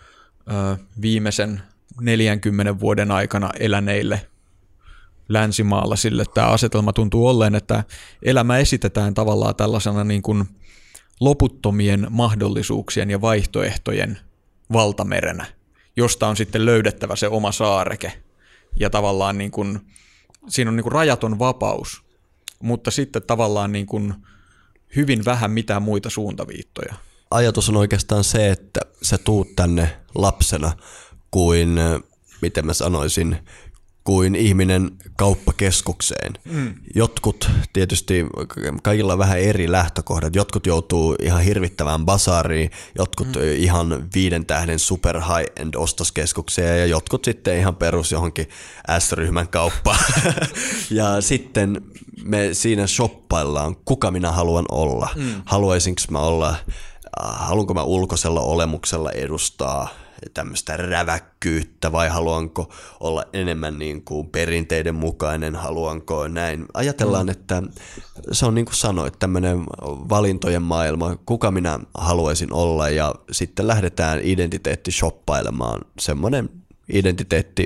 S2: viimeisen 40 vuoden aikana eläneille länsimaalaisille tämä asetelma tuntuu olleen, että elämä esitetään tavallaan tällaisena niin kuin loputtomien mahdollisuuksien ja vaihtoehtojen valtamerenä, josta on sitten löydettävä se oma saareke. Ja tavallaan niin kuin, siinä on niin kuin rajaton vapaus, mutta sitten tavallaan niin kuin hyvin vähän mitään muita suuntaviittoja.
S3: Ajatus on oikeastaan se, että sä tuut tänne lapsena kuin, miten mä sanoisin, kuin ihminen kauppakeskukseen. Jotkut tietysti, kaikilla on vähän eri lähtökohdat. Jotkut joutuu ihan hirvittävään basaariin, jotkut ihan 5 tähden super high-end ostoskeskukseen ja jotkut sitten ihan perus johonkin S-ryhmän kauppaan. Ja sitten me siinä shoppaillaan, kuka minä haluan olla. Haluaisinko mä olla, haluanko mä ulkoisella olemuksella edustaa tämmöistä räväkkyyttä vai haluanko olla enemmän niin kuin perinteiden mukainen, haluanko näin. Ajatellaan, että se on niin kuin sanoit, tämmöinen valintojen maailma, kuka minä haluaisin olla ja sitten lähdetään identiteetti shoppailemaan. Semmoinen identiteetti,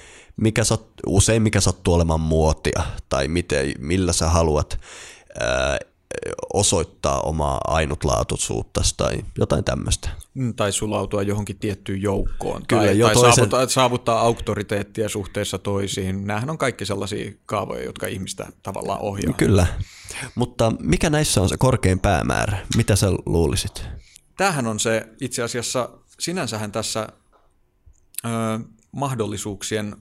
S3: mikä sattuu olemaan muotia tai millä sä haluat osoittaa omaa ainutlaatuisuutta tai jotain tämmöistä.
S2: Tai sulautua johonkin tiettyyn joukkoon.
S3: Kyllä,
S2: tai saavuttaa auktoriteettia suhteessa toisiin. Nämähän on kaikki sellaisia kaavoja, jotka ihmistä tavallaan ohjaa.
S3: Kyllä, mutta mikä näissä on se korkein päämäärä? Mitä sä luulisit?
S2: Tämähän on se itse asiassa, sinänsähän tässä mahdollisuuksien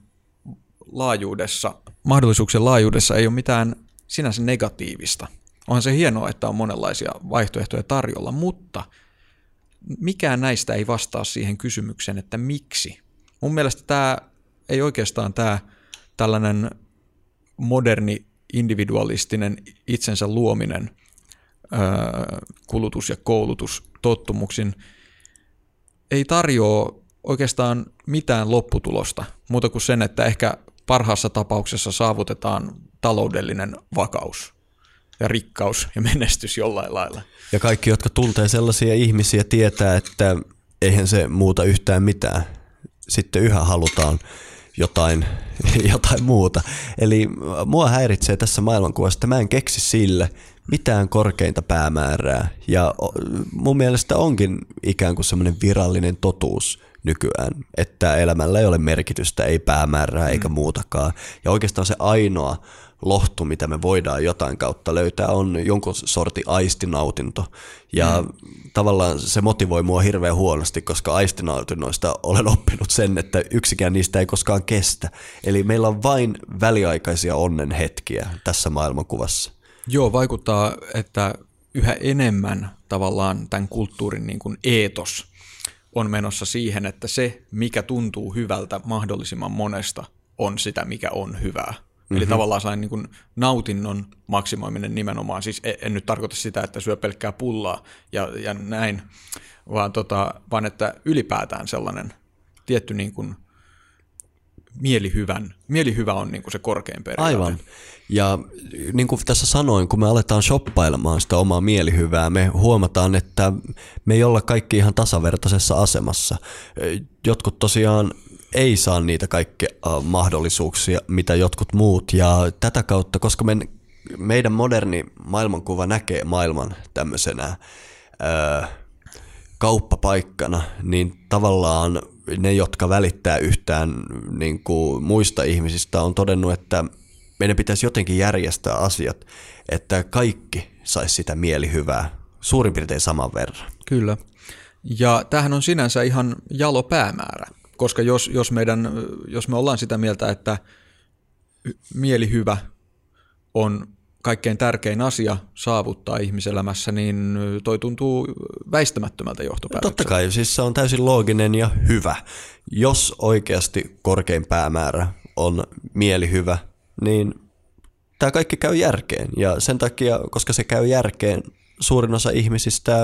S2: laajuudessa ei ole mitään sinänsä negatiivista. Onhan se hienoa, että on monenlaisia vaihtoehtoja tarjolla, mutta mikään näistä ei vastaa siihen kysymykseen, että miksi. Mun mielestä tämä ei oikeastaan tämä tällainen moderni individualistinen itsensä luominen kulutus- ja koulutustottumuksin ei tarjoa oikeastaan mitään lopputulosta, muuta kuin sen, että ehkä parhaassa tapauksessa saavutetaan taloudellinen vakaus ja rikkaus ja menestys jollain lailla. Ja
S3: kaikki, jotka tuntee sellaisia ihmisiä, tietää, että eihän se muuta yhtään mitään. Sitten yhä halutaan jotain muuta. Eli mua häiritsee tässä maailmankuvassa, että mä en keksi sille mitään korkeinta päämäärää. Ja mun mielestä onkin ikään kuin semmoinen virallinen totuus nykyään, että elämällä ei ole merkitystä, ei päämäärää eikä muutakaan. Ja oikeastaan se ainoa lohtu, mitä me voidaan jotain kautta löytää, on jonkun sortin aistinautinto. Ja tavallaan se motivoi mua hirveän huonosti, koska aistinautinnoista olen oppinut sen, että yksikään niistä ei koskaan kestä. Eli meillä on vain väliaikaisia onnenhetkiä tässä maailmankuvassa.
S2: Joo, vaikuttaa, että yhä enemmän tavallaan tämän kulttuurin niin kuin eetos on menossa siihen, että se, mikä tuntuu hyvältä mahdollisimman monesta, on sitä, mikä on hyvää. Eli tavallaan sain niin kuin nautinnon maksimoiminen nimenomaan, siis en nyt tarkoita sitä, että syö pelkkää pullaa ja näin, vaan että ylipäätään sellainen tietty niin kuin mielihyvä on niin kuin se korkein periaate.
S3: Aivan. Ja niin kuin tässä sanoin, kun me aletaan shoppailemaan sitä omaa mielihyvää, me huomataan, että me ei olla kaikki ihan tasavertaisessa asemassa. Jotkut tosiaan ei saa niitä kaikkia mahdollisuuksia, mitä jotkut muut. Ja tätä kautta, koska meidän moderni maailmankuva näkee maailman tämmöisenä kauppapaikkana, niin tavallaan ne, jotka välittää yhtään niin kuin muista ihmisistä, on todennut, että meidän pitäisi jotenkin järjestää asiat, että kaikki saisi sitä mielihyvää suurin piirtein saman verran.
S2: Kyllä. Ja tämähän on sinänsä ihan jalo päämäärä, koska jos me ollaan sitä mieltä, että mielihyvä on kaikkein tärkein asia saavuttaa ihmiselämässä, niin toi tuntuu väistämättömältä johtopäätökseltä.
S3: Totta kai, siis se on täysin looginen ja hyvä. Jos oikeasti korkein päämäärä on mielihyvä, niin tämä kaikki käy järkeen. Ja sen takia, koska se käy järkeen, suurin osa ihmisistä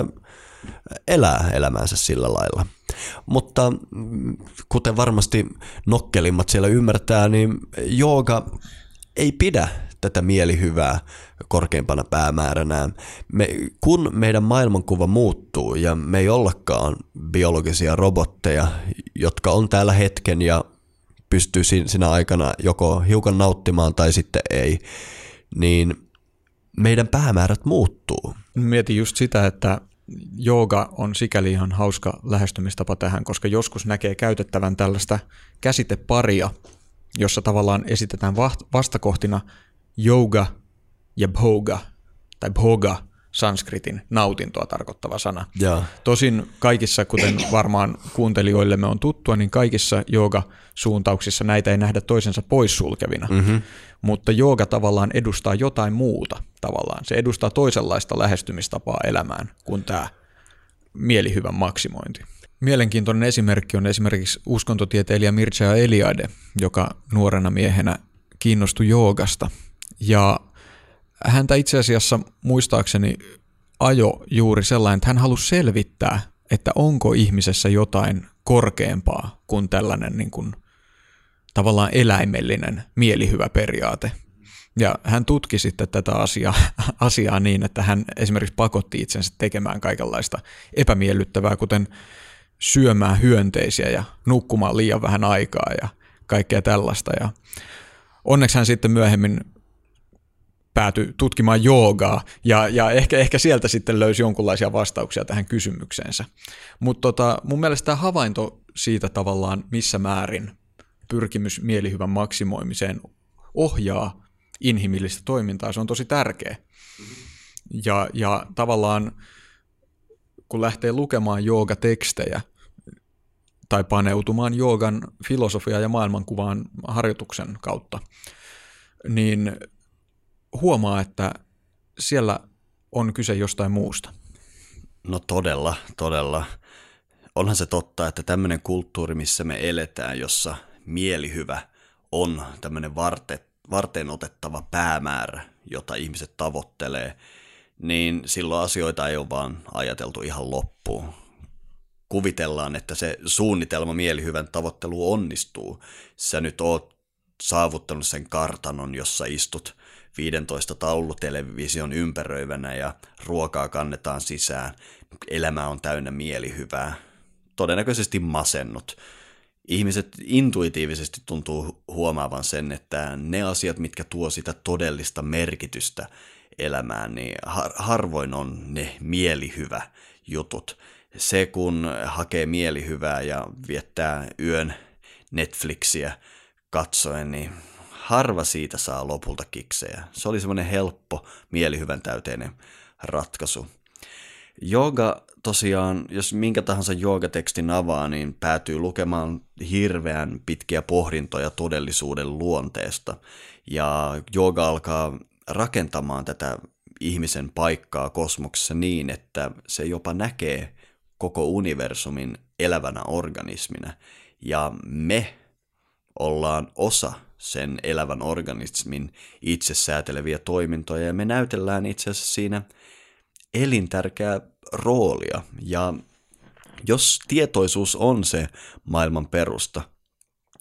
S3: elää elämäänsä sillä lailla. Mutta kuten varmasti nokkelimmat siellä ymmärtää, niin jooga ei pidä tätä mielihyvää korkeimpana päämääränään. Kun meidän maailmankuva muuttuu ja me ei ollakaan biologisia robotteja, jotka on täällä hetken ja pystyy siinä aikana joko hiukan nauttimaan tai sitten ei, niin meidän päämäärät muuttuu.
S2: Mietin just sitä, että jooga on sikäli ihan hauska lähestymistapa tähän, koska joskus näkee käytettävän tällaista käsiteparia, jossa tavallaan esitetään vastakohtina yoga ja bhoga, tai bhoga, sanskritin nautintoa tarkoittava sana.
S3: Ja.
S2: Tosin kaikissa, kuten varmaan kuuntelijoillemme on tuttua, niin kaikissa jooga-suuntauksissa näitä ei nähdä toisensa poissulkevina. Mm-hmm. Mutta jooga tavallaan edustaa jotain muuta tavallaan. Se edustaa toisenlaista lähestymistapaa elämään kuin tämä mielihyvän maksimointi. Mielenkiintoinen esimerkki on esimerkiksi uskontotieteilijä Mircea Eliade, joka nuorena miehenä kiinnostui joogasta. Ja häntä itse asiassa muistaakseni ajo juuri sellainen, että hän halusi selvittää, että onko ihmisessä jotain korkeampaa kuin tällainen niin kuin, tavallaan eläimellinen mielihyvä periaate. Ja hän tutki sitten tätä asiaa niin, että hän esimerkiksi pakotti itsensä tekemään kaikenlaista epämiellyttävää, kuten syömään hyönteisiä ja nukkumaan liian vähän aikaa ja kaikkea tällaista. Ja onneksi hän sitten myöhemmin päätyi tutkimaan joogaa ja ehkä sieltä sitten löysi jonkunlaisia vastauksia tähän kysymykseensä. Mutta mun mielestä tämä havainto siitä tavallaan, missä määrin pyrkimys mielihyvän maksimoimiseen ohjaa inhimillistä toimintaa, se on tosi tärkeä. Ja tavallaan kun lähtee lukemaan joogatekstejä tai paneutumaan joogan filosofiaan ja maailmankuvaan harjoituksen kautta, niin huomaa, että siellä on kyse jostain muusta.
S5: No todella. Onhan se totta, että tämmöinen kulttuuri, missä me eletään, jossa mielihyvä on tämmöinen varten otettava päämäärä, jota ihmiset tavoittelee, niin silloin asioita ei ole vaan ajateltu ihan loppuun. Kuvitellaan, että se suunnitelma mielihyvän tavoittelu onnistuu. Sä nyt oot saavuttanut sen kartanon, jossa istut 15 taulutelevision ympäröivänä ja ruokaa kannetaan sisään. Elämä on täynnä mielihyvää. Todennäköisesti masennut. Ihmiset intuitiivisesti tuntuu huomaavan sen, että ne asiat, mitkä tuo sitä todellista merkitystä elämään, niin harvoin on ne mielihyvä jutut. Se, kun hakee mielihyvää ja viettää yön Netflixiä katsoen, niin harva siitä saa lopulta kiksejä. Se oli semmoinen helppo, mielihyvän täyteinen ratkaisu. Jooga tosiaan, jos minkä tahansa joogatekstin avaa, niin päätyy lukemaan hirveän pitkiä pohdintoja todellisuuden luonteesta. Ja jooga alkaa rakentamaan tätä ihmisen paikkaa kosmoksessa niin, että se jopa näkee koko universumin elävänä organismina. Ja me ollaan osa sen elävän organismin itse sääteleviä toimintoja, ja me näytellään itse asiassa siinä elintärkeää roolia. Ja jos tietoisuus on se maailman perusta,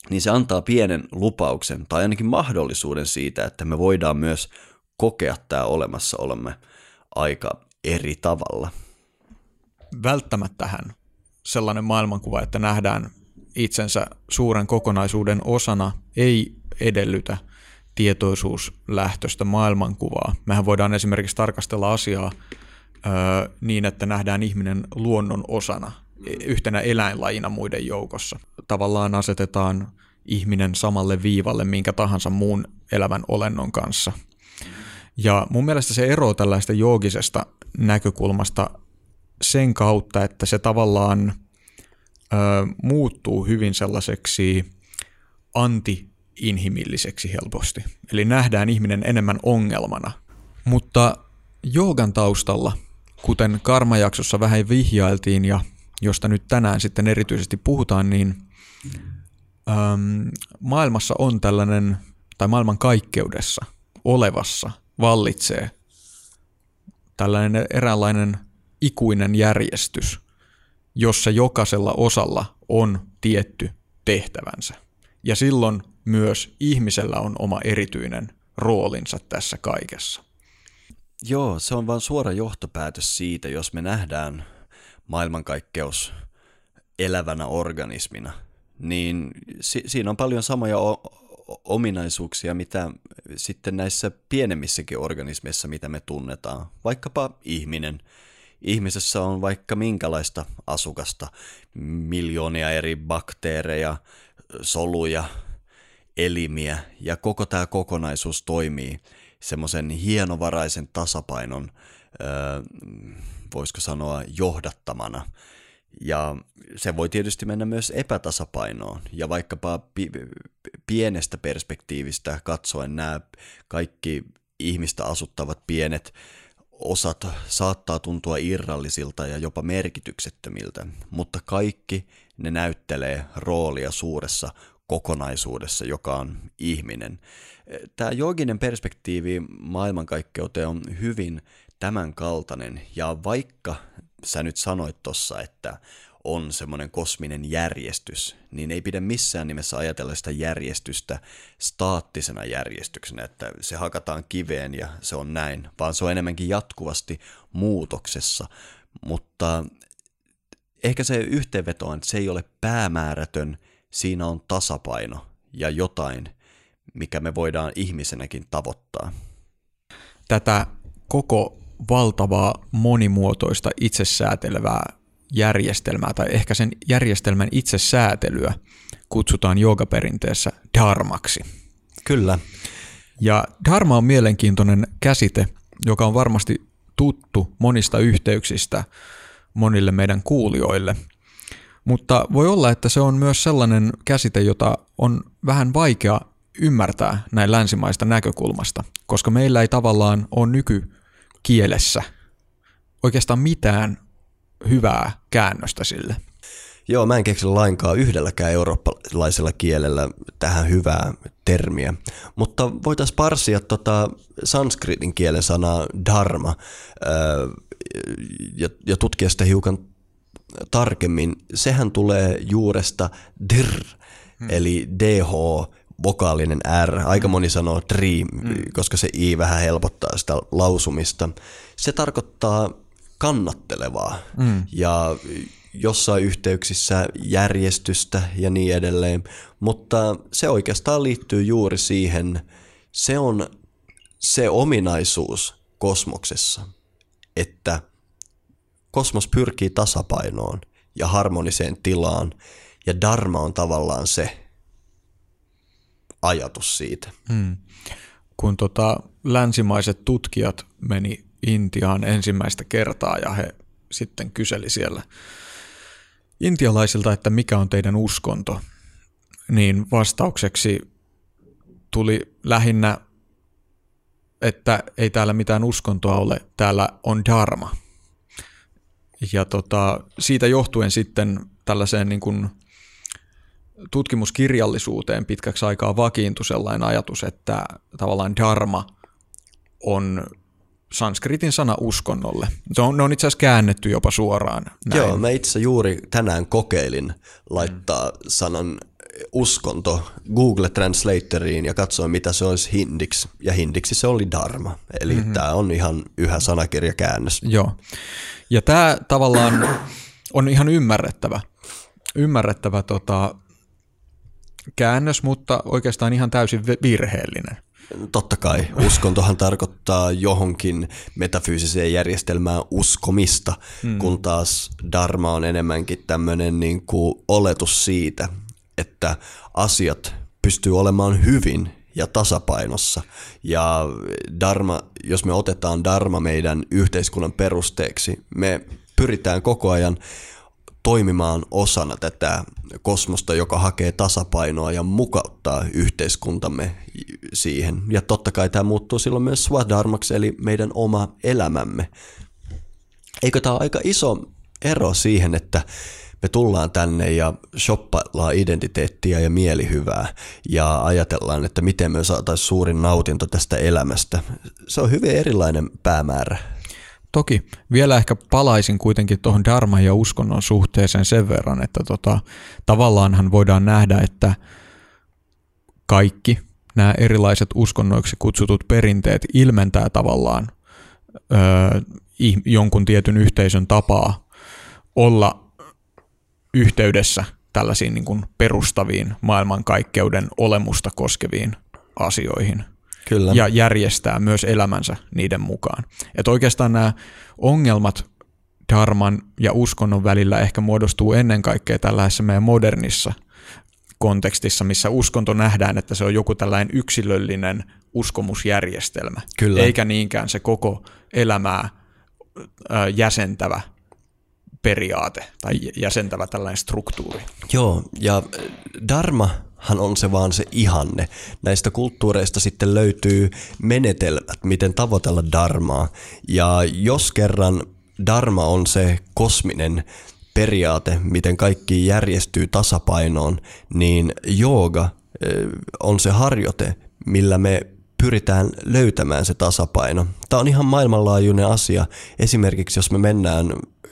S5: niin se antaa pienen lupauksen tai ainakin mahdollisuuden siitä, että me voidaan myös kokea tämä olemassaolomme aika eri tavalla.
S2: Välttämättähän sellainen maailmankuva, että nähdään itsensä suuren kokonaisuuden osana, ei edellytä tietoisuuslähtöistä maailmankuvaa. Mehän voidaan esimerkiksi tarkastella asiaa niin, että nähdään ihminen luonnon osana, yhtenä eläinlajina muiden joukossa. Tavallaan asetetaan ihminen samalle viivalle minkä tahansa muun elävän olennon kanssa. Ja mun mielestä se ero tällaista joogisesta näkökulmasta sen kautta, että se tavallaan muuttuu hyvin sellaiseksi anti-inhimilliseksi helposti. Eli nähdään ihminen enemmän ongelmana. Mutta joogan taustalla, kuten karmajaksossa vähän vihjailtiin ja josta nyt tänään sitten erityisesti puhutaan, niin maailmassa on tällainen, tai maailman kaikkeudessa olevassa vallitsee tällainen eräänlainen ikuinen järjestys, jossa jokaisella osalla on tietty tehtävänsä. Ja silloin myös ihmisellä on oma erityinen roolinsa tässä kaikessa.
S5: Joo, se on vain suora johtopäätös siitä, jos me nähdään maailmankaikkeus elävänä organismina, niin siinä on paljon samoja ominaisuuksia, mitä sitten näissä pienemmissäkin organismeissa, mitä me tunnetaan. Vaikkapa ihminen. Ihmisessä on vaikka minkälaista asukasta, miljoonia eri bakteereja, soluja, elimiä, ja koko tämä kokonaisuus toimii semmoisen hienovaraisen tasapainon, voisiko sanoa, johdattamana. Ja se voi tietysti mennä myös epätasapainoon, ja vaikkapa pienestä perspektiivistä katsoen nämä kaikki ihmistä asuttavat pienet osat saattaa tuntua irrallisilta ja jopa merkityksettömiltä, mutta kaikki ne näyttelee roolia suuressa kokonaisuudessa, joka on ihminen. Tämä jooginen perspektiivi maailmankaikkeuteen on hyvin tämänkaltainen, ja vaikka sä nyt sanoit tuossa, että on semmoinen kosminen järjestys, niin ei pidä missään nimessä ajatella sitä järjestystä staattisena järjestyksenä, että se hakataan kiveen ja se on näin, vaan se on enemmänkin jatkuvasti muutoksessa. Mutta ehkä se yhteenveto on, että se ei ole päämäärätön, siinä on tasapaino ja jotain, mikä me voidaan ihmisenäkin tavoittaa.
S2: Tätä koko valtavaa monimuotoista itsesäätelevää järjestelmää tai ehkä sen järjestelmän itsesäätelyä kutsutaan joogaperinteessä dharmaksi.
S3: Kyllä.
S2: Ja dharma on mielenkiintoinen käsite, joka on varmasti tuttu monista yhteyksistä monille meidän kuulijoille. Mutta voi olla, että se on myös sellainen käsite, jota on vähän vaikea ymmärtää näin länsimaista näkökulmasta, koska meillä ei tavallaan ole nykykielessä oikeastaan mitään hyvää käännöstä sille.
S3: Joo, mä en keksi lainkaan yhdelläkään eurooppalaisella kielellä tähän hyvää termiä, mutta voitaisiin parsia sanskritin kielen sanaa dharma ja tutkia sitä hiukan tarkemmin. Sehän tulee juuresta dir, eli dh, vokaalinen r. Aika moni sanoo tri, koska se i vähän helpottaa sitä lausumista. Se tarkoittaa kannattelevaa ja jossain yhteyksissä järjestystä ja niin edelleen, mutta se oikeastaan liittyy juuri siihen, se on se ominaisuus kosmoksessa, että kosmos pyrkii tasapainoon ja harmoniseen tilaan, ja dharma on tavallaan se ajatus siitä.
S2: Kun länsimaiset tutkijat meni Intiaan ensimmäistä kertaa ja he sitten kyseli siellä intialaisilta, että mikä on teidän uskonto, niin vastaukseksi tuli lähinnä, että ei täällä mitään uskontoa ole, täällä on dharma. Ja siitä johtuen sitten tällaiseen niin kuin tutkimuskirjallisuuteen pitkäksi aikaa vakiintui sellainen ajatus, että tavallaan dharma on sanskritin sana uskonnolle. Ne on itse asiassa käännetty jopa suoraan näin.
S3: Joo, mä itse juuri tänään kokeilin laittaa sanan uskonto Google Translatoriin ja katsoin, mitä se olisi hindiksi. Ja hindiksi se oli dharma. Eli tämä on ihan yhä sanakirjakäännös.
S2: Joo. Ja tämä tavallaan on ihan ymmärrettävä käännös, mutta oikeastaan ihan täysin virheellinen.
S3: Totta kai. Uskontohan tarkoittaa johonkin metafyysiseen järjestelmään uskomista, kun taas dharma on enemmänkin tämmöinen niin kuin oletus siitä, että asiat pystyy olemaan hyvin ja tasapainossa. Ja dharma, jos me otetaan dharma meidän yhteiskunnan perusteeksi, me pyritään koko ajan toimimaan osana tätä kosmosta, joka hakee tasapainoa ja mukauttaa yhteiskuntamme siihen. Ja totta kai tämä muuttuu silloin myös swadharmaksi, eli meidän oma elämämme. Eikö tämä ole aika iso ero siihen, että me tullaan tänne ja shoppaillaan identiteettiä ja mielihyvää ja ajatellaan, että miten me saataisiin suurin nautinto tästä elämästä. Se on hyvin erilainen päämäärä.
S2: Toki vielä ehkä palaisin kuitenkin tuohon dharman ja uskonnon suhteeseen sen verran, että tavallaanhan voidaan nähdä, että kaikki nämä erilaiset uskonnoiksi kutsutut perinteet ilmentää tavallaan jonkun tietyn yhteisön tapaa olla yhteydessä tällaisiin niin kuin perustaviin maailmankaikkeuden olemusta koskeviin asioihin.
S3: Kyllä.
S2: Ja järjestää myös elämänsä niiden mukaan. Että oikeastaan nämä ongelmat dharman ja uskonnon välillä ehkä muodostuu ennen kaikkea tällaisessa meidän modernissa kontekstissa, missä uskonto nähdään, että se on joku tällainen yksilöllinen uskomusjärjestelmä,
S3: Kyllä.
S2: eikä niinkään se koko elämää jäsentävä periaate tai jäsentävä tällainen struktuuri.
S3: Joo, ja dharmahan on se vaan se ihanne. Näistä kulttuureista sitten löytyy menetelmät, miten tavoitella dharmaa. Ja jos kerran dharma on se kosminen periaate, miten kaikki järjestyy tasapainoon, niin jooga on se harjoite, millä me pyritään löytämään se tasapaino. Tämä on ihan maailmanlaajuinen asia. Esimerkiksi jos me mennään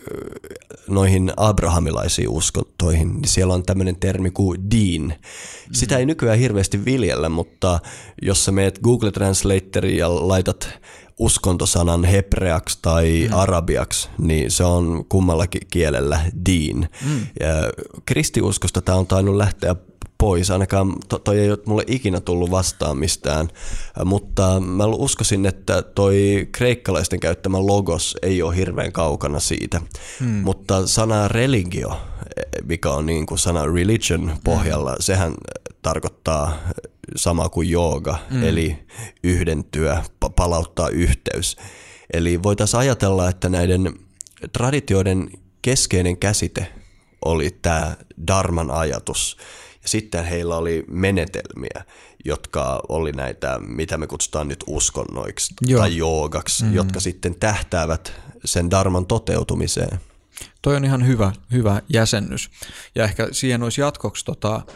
S3: noihin abrahamilaisiin uskontoihin, niin siellä on tämmöinen termi kuin deen. Sitä ei nykyään hirveästi viljellä, mutta jos sä meet Google Translatoriin ja laitat uskontosanan hebreaksi tai arabiaksi, niin se on kummallakin kielellä deen. Ja kristiuskosta tämä on tainnut lähteä pois, ainakaan toi ei ole mulle ikinä tullut vastaan mistään, mutta mä uskoisin, että toi kreikkalaisten käyttämä logos ei ole hirveän kaukana siitä, mutta sana religio, mikä on niin kuin sana religion pohjalla, sehän tarkoittaa sama kuin jooga, eli yhdentyä, palauttaa yhteys. Eli voitaisiin ajatella, että näiden traditioiden keskeinen käsite oli tämä dharman ajatus. Ja sitten heillä oli menetelmiä, jotka oli näitä, mitä me kutsutaan nyt uskonnoiksi tai joogaksi, jotka sitten tähtäävät sen dharman toteutumiseen.
S2: Toi on ihan hyvä jäsennys. Ja ehkä siihen olisi jatkoksi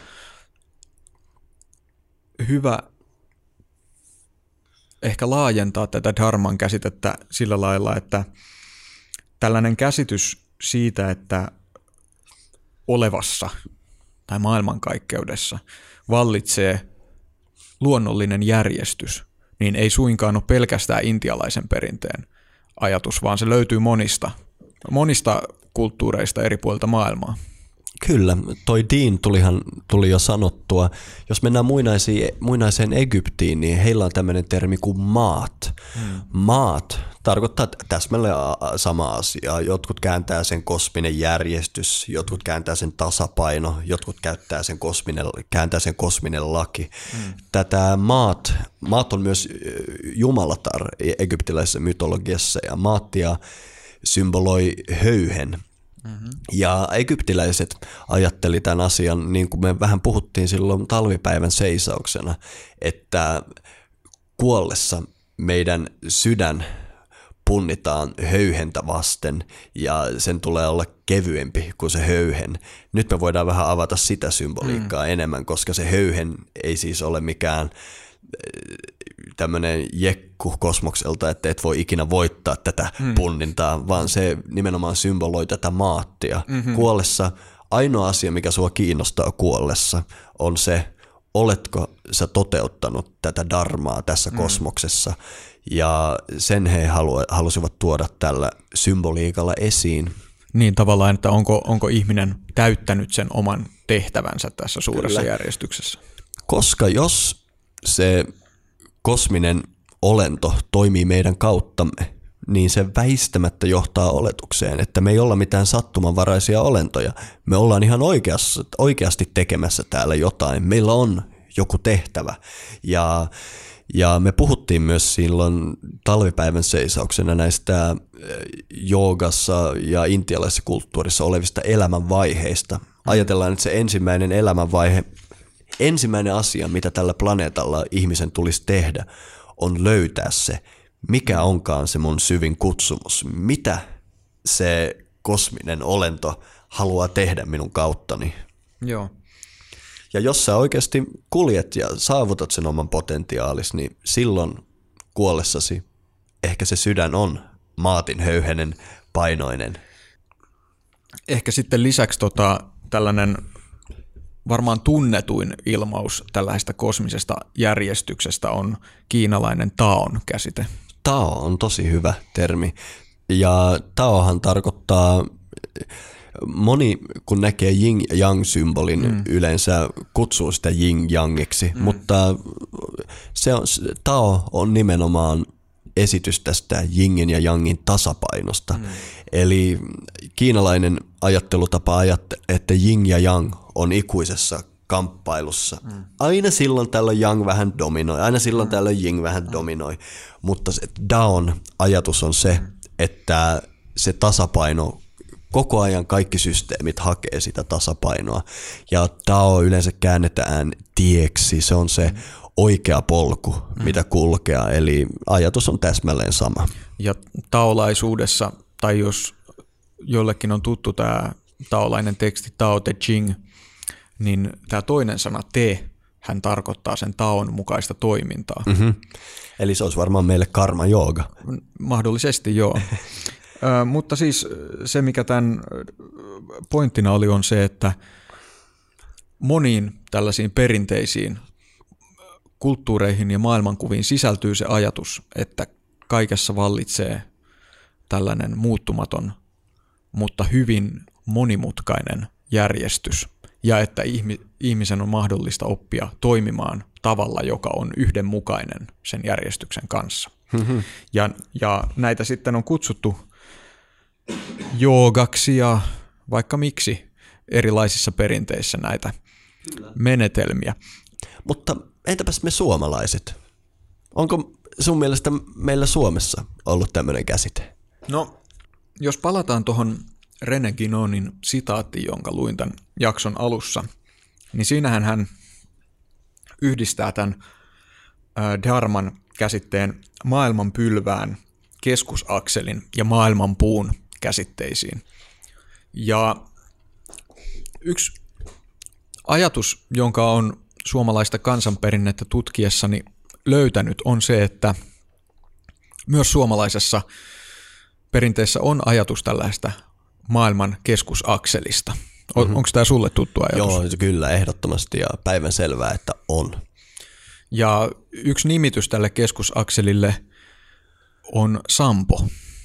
S2: hyvä ehkä laajentaa tätä dharman käsitettä sillä lailla, että tällainen käsitys siitä, että olevassa tai maailmankaikkeudessa vallitsee luonnollinen järjestys, niin ei suinkaan ole pelkästään intialaisen perinteen ajatus, vaan se löytyy monista kulttuureista eri puolilta maailmaa. Kyllä,
S3: toi deen tuli jo sanottua. Jos mennään muinaiseen Egyptiin, niin heillä on tämmöinen termi kuin maat. Maat tarkoittaa täsmälleen sama asia. Jotkut kääntää sen kosminen järjestys, jotkut kääntää sen tasapaino, jotkut kääntää sen kosminen laki. Tätä maat on myös jumalatar egyptiläisessä mytologiassa, ja maattia symboloi höyhen. Ja egyptiläiset ajatteli tämän asian, niin kuin me vähän puhuttiin silloin talvipäivän seisauksena, että kuollessa meidän sydän punnitaan höyhentä vasten ja sen tulee olla kevyempi kuin se höyhen. Nyt me voidaan vähän avata sitä symboliikkaa enemmän, koska se höyhen ei siis ole mikään tämmöinen jekku kosmokselta, että et voi ikinä voittaa tätä punnintaa, vaan se nimenomaan symboloi tätä maattia. Kuollessa Ainoa asia, mikä sua kiinnostaa kuollessa, on se, oletko sä toteuttanut tätä dharmaa tässä kosmoksessa. Ja sen he halusivat tuoda tällä symboliikalla esiin.
S2: Niin tavallaan, että onko ihminen täyttänyt sen oman tehtävänsä tässä suuressa järjestyksessä.
S3: Koska jos se kosminen olento toimii meidän kauttamme, niin se väistämättä johtaa oletukseen, että me ei olla mitään sattumanvaraisia olentoja. Me ollaan ihan oikeasti tekemässä täällä jotain. Meillä on joku tehtävä. Ja me puhuttiin myös silloin talvipäivän seisauksena näistä joogassa ja intialaisessa kulttuurissa olevista elämänvaiheista. Ajatellaan, että se ensimmäinen elämänvaihe, ensimmäinen asia, mitä tällä planeetalla ihmisen tulisi tehdä, on löytää se, mikä onkaan se mun syvin kutsumus, mitä se kosminen olento haluaa tehdä minun kauttani.
S2: Joo.
S3: Ja jos sä oikeasti kuljet ja saavutat sen oman potentiaalis, niin silloin kuollessasi ehkä se sydän on maatinhöyhenen painoinen.
S2: Ehkä sitten lisäksi tällainen varmaan tunnetuin ilmaus tällaista kosmisesta järjestyksestä on kiinalainen Taon käsite.
S3: Tao on tosi hyvä termi. Ja Taohan tarkoittaa, moni kun näkee yin ja yang symbolin yleensä kutsuu sitä yin yangiksi, mutta Tao on nimenomaan esitys tästä yingin ja yangin tasapainosta. Eli kiinalainen ajattelutapa ajattelee, että yin ja yang on ikuisessa kamppailussa. Aina silloin tällöin yang vähän dominoi, aina silloin tällöin yin vähän dominoi, mutta se Daon ajatus on se, että se tasapaino, koko ajan kaikki systeemit hakee sitä tasapainoa. Ja Tao yleensä käännetään tieksi, se on se oikea polku, mitä kulkea, eli ajatus on täsmälleen sama. Ja
S2: taolaisuudessa, tai jos jollekin on tuttu tämä taolainen teksti Tao Te Ching, niin tämä toinen sana te, hän tarkoittaa sen taon mukaista toimintaa.
S3: Eli se olisi varmaan meille karma jooga.
S2: Mahdollisesti joo. Mutta siis se, mikä tämän pointtina oli, on se, että moniin tällaisiin perinteisiin kulttuureihin ja maailmankuviin sisältyy se ajatus, että kaikessa vallitsee tällainen muuttumaton, mutta hyvin monimutkainen järjestys, ja että ihmisen on mahdollista oppia toimimaan tavalla, joka on yhdenmukainen sen järjestyksen kanssa. Ja näitä sitten on kutsuttu joogaksi ja vaikka miksi erilaisissa perinteissä näitä menetelmiä.
S3: Mutta entäpäs me suomalaiset? Onko sun mielestä meillä Suomessa ollut tämmöinen käsite?
S2: No, jos palataan tuohon René Guinonin sitaattiin, jonka luin tämän jakson alussa, niin siinähän hän yhdistää tämän dharman käsitteen maailmanpylvään, keskusakselin ja maailmanpuun käsitteisiin. Ja yksi ajatus, jonka on suomalaista kansanperinnettä tutkiessani löytänyt, on se, että myös suomalaisessa perinteessä on ajatus tällaista maailman keskusakselista. Onko tämä sulle tuttu ajatus?
S3: Joo, kyllä, ehdottomasti ja päivänselvää, että on.
S2: Ja yksi nimitys tälle keskusakselille on Sampo.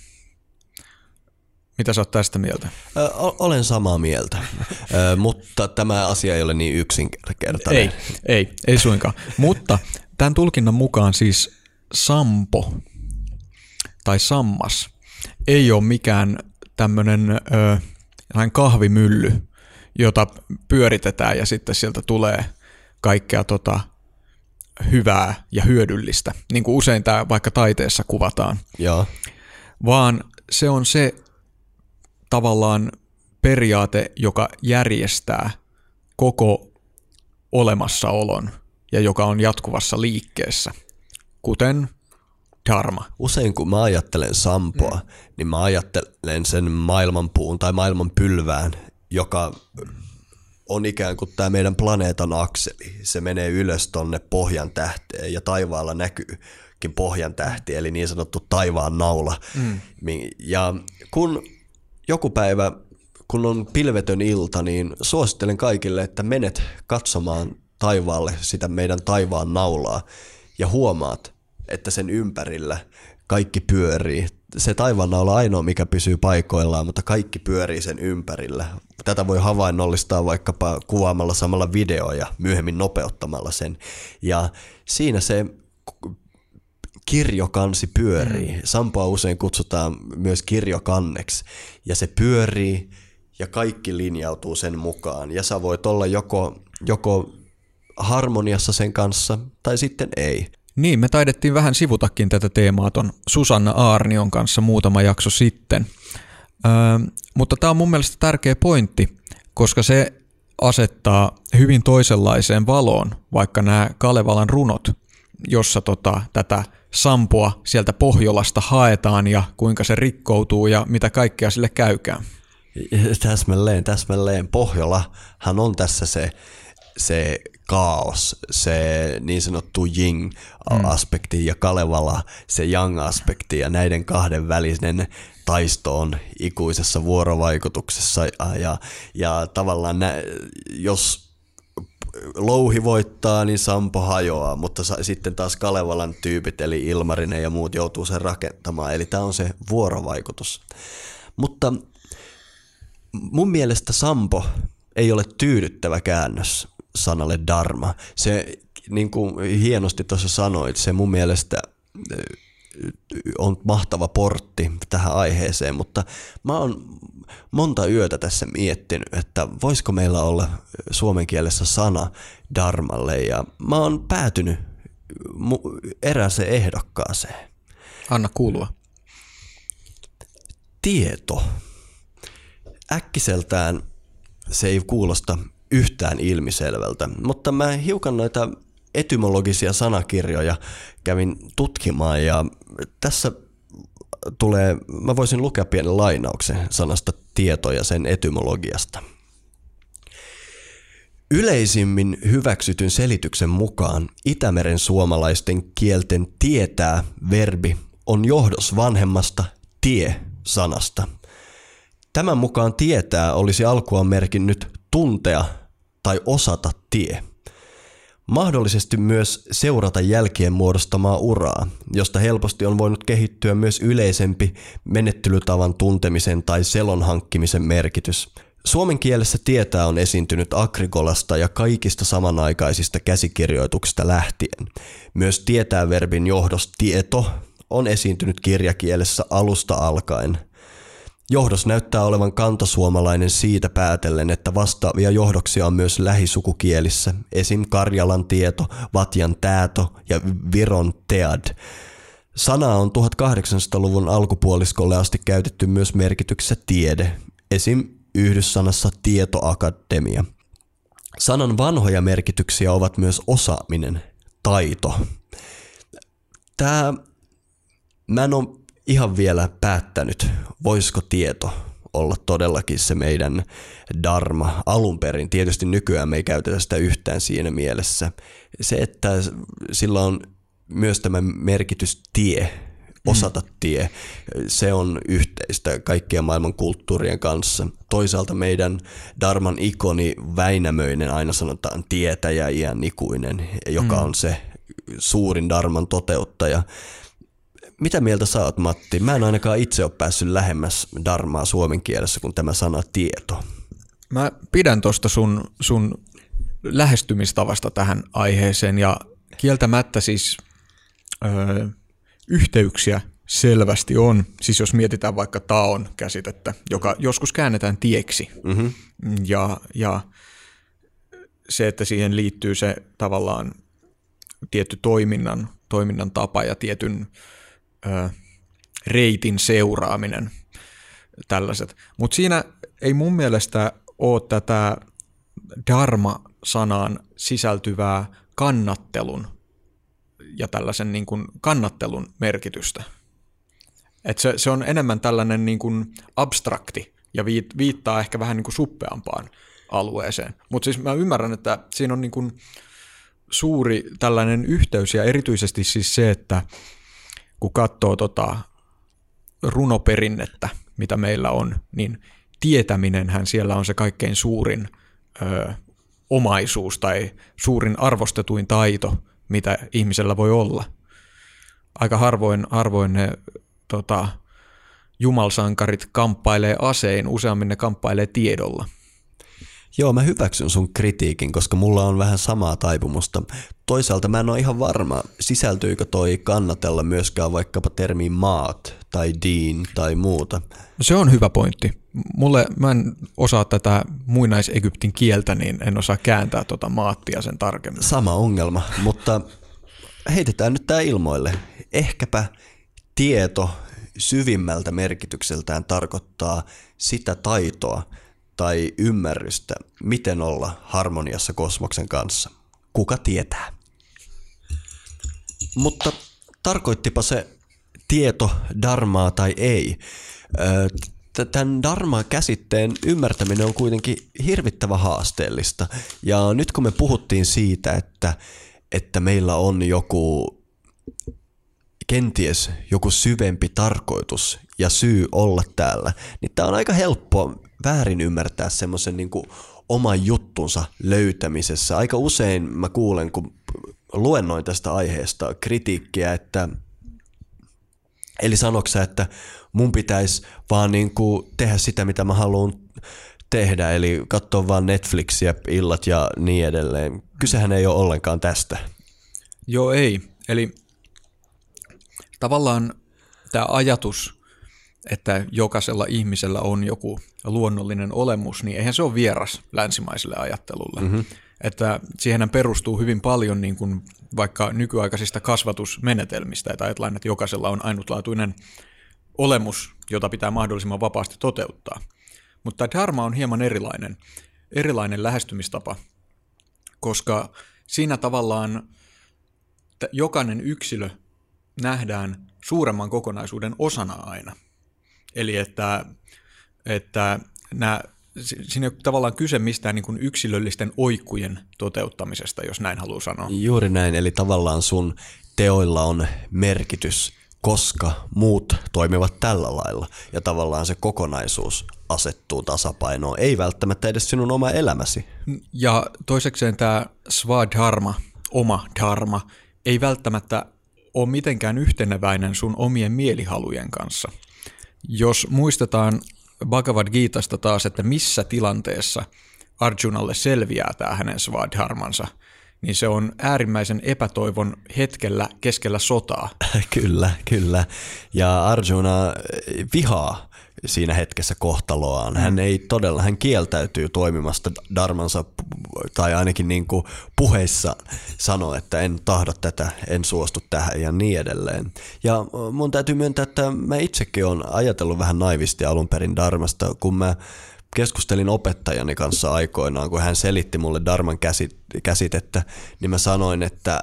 S2: Mitä sä oot tästä mieltä?
S3: Olen samaa mieltä, mutta tämä asia ei ole niin yksinkertainen.
S2: Ei suinkaan. Mutta tämän tulkinnan mukaan siis Sampo tai Sammas ei ole mikään tämmöinen kahvimylly, jota pyöritetään ja sitten sieltä tulee kaikkea hyvää ja hyödyllistä, niin kuin usein tämä vaikka taiteessa kuvataan.
S3: Joo.
S2: Vaan se on se tavallaan periaate, joka järjestää koko olemassaolon ja joka on jatkuvassa liikkeessä, kuten dharma.
S3: Usein kun mä ajattelen Sampoa, niin mä ajattelen sen maailmanpuun tai maailmanpylvään, joka on ikään kuin tämä meidän planeetan akseli. Se menee ylös tonne pohjan tähteen ja taivaalla näkyykin pohjan tähti, eli niin sanottu taivaan naula. Ja kun joku päivä, kun on pilvetön ilta, niin suosittelen kaikille, että menet katsomaan taivaalle sitä meidän taivaan naulaa ja huomaat, että sen ympärillä kaikki pyörii. Se taivaannaula on ainoa, mikä pysyy paikoillaan, mutta kaikki pyörii sen ympärillä. Tätä voi havainnollistaa vaikkapa kuvaamalla samalla video ja myöhemmin nopeuttamalla sen. Ja siinä se kirjokansi pyörii. Sampoa usein kutsutaan myös kirjokanneksi. Ja se pyörii ja kaikki linjautuu sen mukaan. Ja sä voit olla joko harmoniassa sen kanssa tai sitten ei.
S2: Niin, me taidettiin vähän sivutakin tätä teemaa ton Susanna Aarnion kanssa muutama jakso sitten. Mutta tämä on mun mielestä tärkeä pointti, koska se asettaa hyvin toisenlaiseen valoon vaikka nämä Kalevalan runot, jossa tätä Sampoa sieltä Pohjolasta haetaan ja kuinka se rikkoutuu ja mitä kaikkea sille käykään.
S3: Täsmälleen. Pohjolahan on tässä se kaos, se niin sanottu Ying-aspekti ja Kalevala se Yang-aspekti ja näiden kahden välinen taisto on ikuisessa vuorovaikutuksessa ja tavallaan jos Louhi voittaa, niin Sampo hajoaa, mutta sitten taas Kalevalan tyypit eli Ilmarinen ja muut joutuu sen rakentamaan, eli tämä on se vuorovaikutus. Mutta mun mielestä Sampo ei ole tyydyttävä käännös sanalle dharma. Se, niin kuin hienosti tuossa sanoit, se mun mielestä on mahtava portti tähän aiheeseen, mutta mä oon monta yötä tässä miettinyt, että voisiko meillä olla suomen kielessä sana dharmalle, ja mä oon päätynyt erääseen ehdokkaaseen.
S2: Anna kuulua.
S3: Tieto. Äkkiseltään se ei kuulosta yhtään ilmiselvältä, mutta mä hiukan noita etymologisia sanakirjoja kävin tutkimaan ja tässä mä voisin lukea pienen lainauksen sanasta tieto ja sen etymologiasta. Yleisimmin hyväksytyn selityksen mukaan Itämeren suomalaisten kielten tietää verbi on johdos vanhemmasta tie-sanasta. Tämän mukaan tietää olisi alkuaan merkinnyt tuntea tai osata tie. Mahdollisesti myös seurata jälkien muodostamaa uraa, josta helposti on voinut kehittyä myös yleisempi menettelytavan tuntemisen tai selon hankkimisen merkitys. Suomen kielessä tietää on esiintynyt Agrigolasta ja kaikista samanaikaisista käsikirjoituksista lähtien. Myös tietää-verbin johdos tieto on esiintynyt kirjakielessä alusta alkaen. Johdos näyttää olevan kantasuomalainen siitä päätellen, että vastaavia johdoksia on myös lähisukukielissä, esim. Karjalan tieto, Vatjan tääto ja Viron tead. Sanaa on 1800-luvun alkupuoliskolle asti käytetty myös merkityksessä tiede, esim. Yhdyssanassa tietoakatemia. Sanan vanhoja merkityksiä ovat myös osaaminen, taito. Mä en ole ihan vielä päättänyt, voisiko tieto olla todellakin se meidän dharma alun perin. Tietysti nykyään me ei käytetä sitä yhtään siinä mielessä. Se, että sillä on myös tämä merkitys tie, osata tie, se on yhteistä kaikkien maailman kulttuurien kanssa. Toisaalta meidän dharman ikoni Väinämöinen aina sanotaan tietäjä iän ikuinen, joka on se suurin dharman toteuttaja. Mitä mieltä sä oot, Matti? Mä en ainakaan itse ole päässyt lähemmäs dharmaa suomen kielessä kuin tämä sana tieto.
S2: Mä pidän tuosta sun lähestymistavasta tähän aiheeseen ja kieltämättä siis yhteyksiä selvästi on. Siis jos mietitään vaikka taon käsitettä, joka joskus käännetään tieksi ja se, että siihen liittyy se tavallaan tietty toiminnan tapa ja tietyn reitin seuraaminen, tällaiset. Mutta siinä ei mun mielestä ole tätä dharma-sanaan sisältyvää kannattelun ja tällaisen niin kuin kannattelun merkitystä. Et se on enemmän tällainen niin kuin abstrakti ja viittaa ehkä vähän niin kuin suppeampaan alueeseen. Mutta siis mä ymmärrän, että siinä on niin kuin suuri tällainen yhteys ja erityisesti siis se, että kun katsoo runoperinnettä, mitä meillä on, niin tietäminenhän siellä on se kaikkein suurin omaisuus tai suurin arvostetuin taito, mitä ihmisellä voi olla. Aika harvoin ne jumalsankarit kamppailee asein, useammin ne kamppailee tiedolla.
S3: Joo, mä hyväksyn sun kritiikin, koska mulla on vähän samaa taipumusta. Toisaalta mä en ole ihan varma, sisältyykö toi kannatella myöskään vaikkapa termiin maat tai diin tai muuta.
S2: Se on hyvä pointti. Mä en osaa tätä muinais-Egyptin kieltä, niin en osaa kääntää maattia sen tarkemmin.
S3: Sama ongelma, mutta heitetään nyt tää ilmoille. Ehkäpä tieto syvimmältä merkitykseltään tarkoittaa sitä taitoa tai ymmärrystä, miten olla harmoniassa kosmoksen kanssa. Kuka tietää? Mutta tarkoittipa se tieto dharmaa tai ei. Tämän dharma-käsitteen ymmärtäminen on kuitenkin hirvittävän haasteellista. Ja nyt kun me puhuttiin siitä, että meillä on kenties joku syvempi tarkoitus ja syy olla täällä, niin tämä on aika helppo väärin ymmärtää semmoisen niin kuin oman juttunsa löytämisessä. Aika usein mä kuulen, kun luennoin tästä aiheesta kritiikkiä, eli sanoksä, että mun pitäisi vaan niin kuin tehdä sitä, mitä mä haluan tehdä, eli katsoa vaan Netflixiä illat ja niin edelleen. Kysehän ei ole ollenkaan tästä.
S2: Joo, ei. Eli tavallaan tämä ajatus, että jokaisella ihmisellä on joku luonnollinen olemus, niin eihän se ole vieras länsimaiselle ajattelulle. Mm-hmm. Että siihenhän perustuu hyvin paljon niin kuin vaikka nykyaikaisista kasvatusmenetelmistä, että ajatellaan, että jokaisella on ainutlaatuinen olemus, jota pitää mahdollisimman vapaasti toteuttaa. Mutta dharma on hieman erilainen lähestymistapa, koska siinä tavallaan jokainen yksilö nähdään suuremman kokonaisuuden osana aina. Eli että siinä ei ole tavallaan kyse mistään niin kuin yksilöllisten oikkujen toteuttamisesta, jos näin haluaa sanoa. Juuri
S3: näin, eli tavallaan sun teoilla on merkitys, koska muut toimivat tällä lailla, ja tavallaan se kokonaisuus asettuu tasapainoon, ei välttämättä edes sinun oma elämäsi.
S2: Ja toisekseen tämä svadharma, oma dharma, ei välttämättä ole mitenkään yhteneväinen sun omien mielihalujen kanssa. Jos muistetaan Bhagavad Gitasta taas, että missä tilanteessa Arjunalle selviää tämä hänen svadharmansa, niin se on äärimmäisen epätoivon hetkellä keskellä sotaa.
S3: Kyllä. Ja Arjuna vihaa siinä hetkessä kohtaloaan. Hän kieltäytyy toimimasta dharmansa, tai ainakin niin kuin puheissa sanoo, että en tahdo tätä, en suostu tähän ja niin edelleen. Ja mun täytyy myöntää, että mä itsekin olen ajatellut vähän naivisti alun perin dharmasta, kun mä keskustelin opettajani kanssa aikoinaan, kun hän selitti mulle dharman käsitettä, niin mä sanoin, että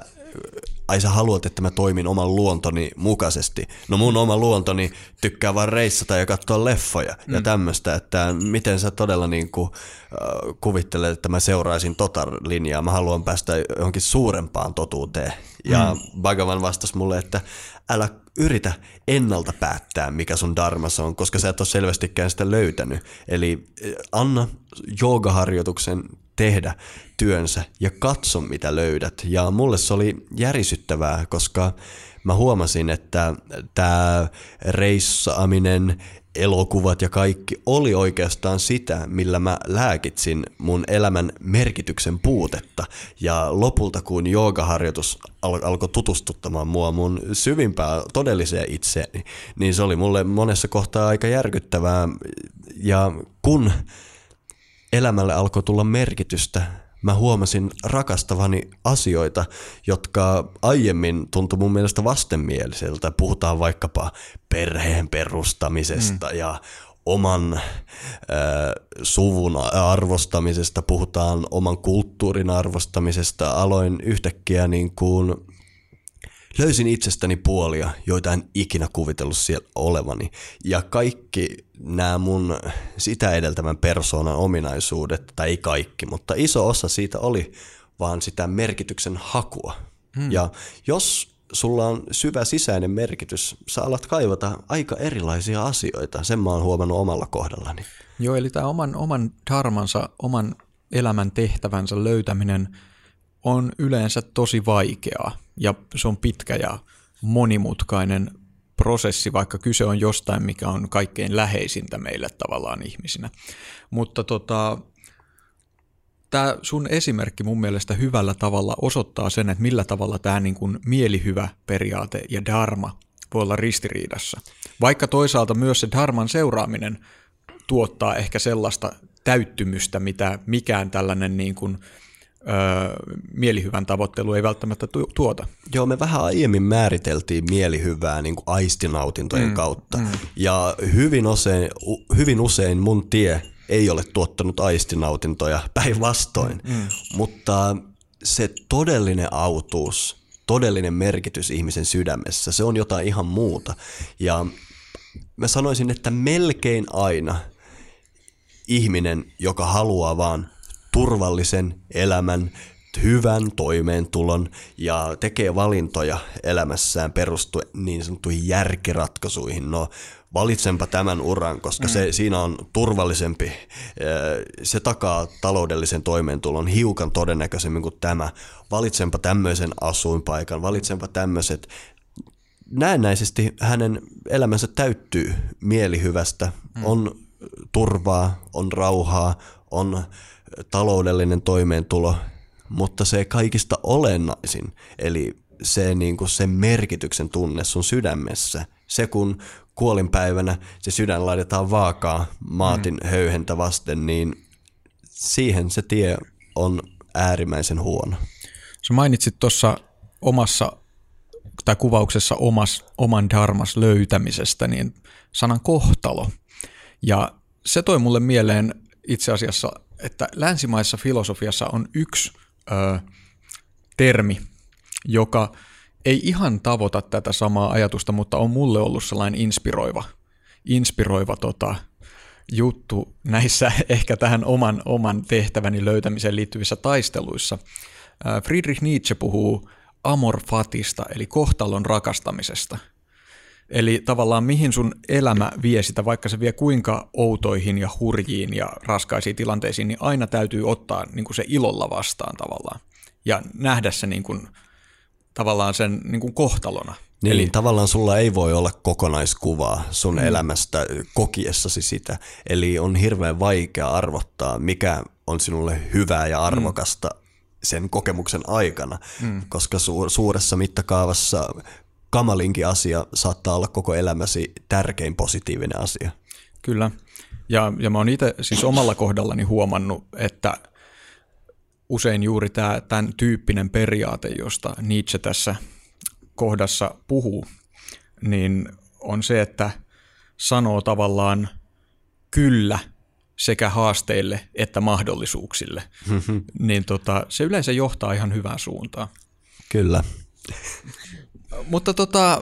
S3: ai sä haluat, että mä toimin oman luontoni mukaisesti. No mun oma luontoni tykkää vaan reissata ja katsoa leffoja ja tämmöistä, että miten sä todella niin kuin, kuvittelet, että mä seuraisin tota linjaa. Mä haluan päästä johonkin suurempaan totuuteen. Ja Bhagavan vastasi mulle, että älä yritä ennalta päättää, mikä sun dharmassa on, koska sä et ole selvästikään sitä löytänyt. Eli anna joogaharjoituksen tehdä työnsä ja katso, mitä löydät. Ja mulle se oli järisyttävää, koska mä huomasin, että tämä reissaaminen, elokuvat ja kaikki oli oikeastaan sitä, millä mä lääkitsin mun elämän merkityksen puutetta. Ja lopulta, kun joogaharjoitus alkoi tutustuttamaan mua mun syvimpään todelliseen itseeni, niin se oli mulle monessa kohtaa aika järkyttävää. Ja kun elämälle alkoi tulla merkitystä, mä huomasin rakastavani asioita, jotka aiemmin tuntui mun mielestä vastenmieliseltä. Puhutaan vaikkapa perheen perustamisesta ja oman suvun arvostamisesta, puhutaan oman kulttuurin arvostamisesta. Aloin yhtäkkiä niin kuin löysin itsestäni puolia, joita en ikinä kuvitellut siellä olevani. Ja kaikki nämä mun sitä edeltävän persoonan ominaisuudet, tai ei kaikki, mutta iso osa siitä oli vaan sitä merkityksen hakua. Ja jos sulla on syvä sisäinen merkitys. Sä alat kaivata aika erilaisia asioita. Sen mä oon huomannut omalla kohdallani.
S2: Joo, eli tämä oman dharmansa, oman elämän tehtävänsä löytäminen on yleensä tosi vaikeaa ja se on pitkä ja monimutkainen prosessi, vaikka kyse on jostain, mikä on kaikkein läheisintä meille tavallaan ihmisinä. Mutta tämä sun esimerkki mun mielestä hyvällä tavalla osoittaa sen, että millä tavalla tämä niin kuin mielihyvä periaate ja dharma voi olla ristiriidassa. Vaikka toisaalta myös se dharman seuraaminen tuottaa ehkä sellaista täyttymystä, mitä mikään tällainen niin kuin, mielihyvän tavoittelu ei välttämättä tuota.
S3: Joo, me vähän aiemmin määriteltiin mielihyvää niin kuin aistinautintojen kautta. Ja hyvin usein mun tie ei ole tuottanut aistinautintoja päinvastoin, mutta se todellinen autuus, todellinen merkitys ihmisen sydämessä, se on jotain ihan muuta. Ja mä sanoisin, että melkein aina ihminen, joka haluaa vaan turvallisen elämän, hyvän toimeentulon ja tekee valintoja elämässään perustuen niin sanottuihin järkiratkaisuihin. No, valitsenpa tämän uran, koska siinä on turvallisempi. Se takaa taloudellisen toimeentulon hiukan todennäköisemmin kuin tämä. Valitsenpa tämmöisen asuinpaikan, valitsenpa tämmöiset. Näennäisesti hänen elämänsä täyttyy mielihyvästä. On turvaa, on rauhaa, on taloudellinen toimeentulo, mutta se kaikista olennaisin, eli se, niin kuin se merkityksen tunne sun sydämessä, se kun kuolinpäivänä se sydän laitetaan vaakaa maatin höyhentä vasten, niin siihen se tie on äärimmäisen huono.
S2: Sä mainitsit tuossa kuvauksessa oman dharmas löytämisestä, niin sanan kohtalo. Ja se toi mulle mieleen itse asiassa, että länsimaisessa filosofiassa on yksi termi, joka ei ihan tavoita tätä samaa ajatusta, mutta on mulle ollut sellainen inspiroiva juttu näissä ehkä tähän oman tehtäväni löytämiseen liittyvissä taisteluissa. Friedrich Nietzsche puhuu amor fatista, eli kohtalon rakastamisesta. Eli tavallaan mihin sun elämä vie sitä, vaikka se vie kuinka outoihin ja hurjiin ja raskaisiin tilanteisiin, niin aina täytyy ottaa niin kuin se ilolla vastaan tavallaan ja nähdä se niin kuin, tavallaan sen niin kuin kohtalona.
S3: Niin, eli tavallaan sulla ei voi olla kokonaiskuvaa sun elämästä kokiessasi sitä, eli on hirveän vaikea arvottaa, mikä on sinulle hyvää ja arvokasta sen kokemuksen aikana, koska suuressa mittakaavassa kamalinkin asia saattaa olla koko elämäsi tärkein positiivinen asia.
S2: Kyllä. Ja mä oon itse siis omalla kohdallani huomannut, että usein juuri tämän tyyppinen periaate, josta Nietzsche tässä kohdassa puhuu, niin on se, että sanoo tavallaan kyllä sekä haasteille että mahdollisuuksille. Niin se yleensä johtaa ihan hyvään suuntaan.
S3: Kyllä.
S2: Mutta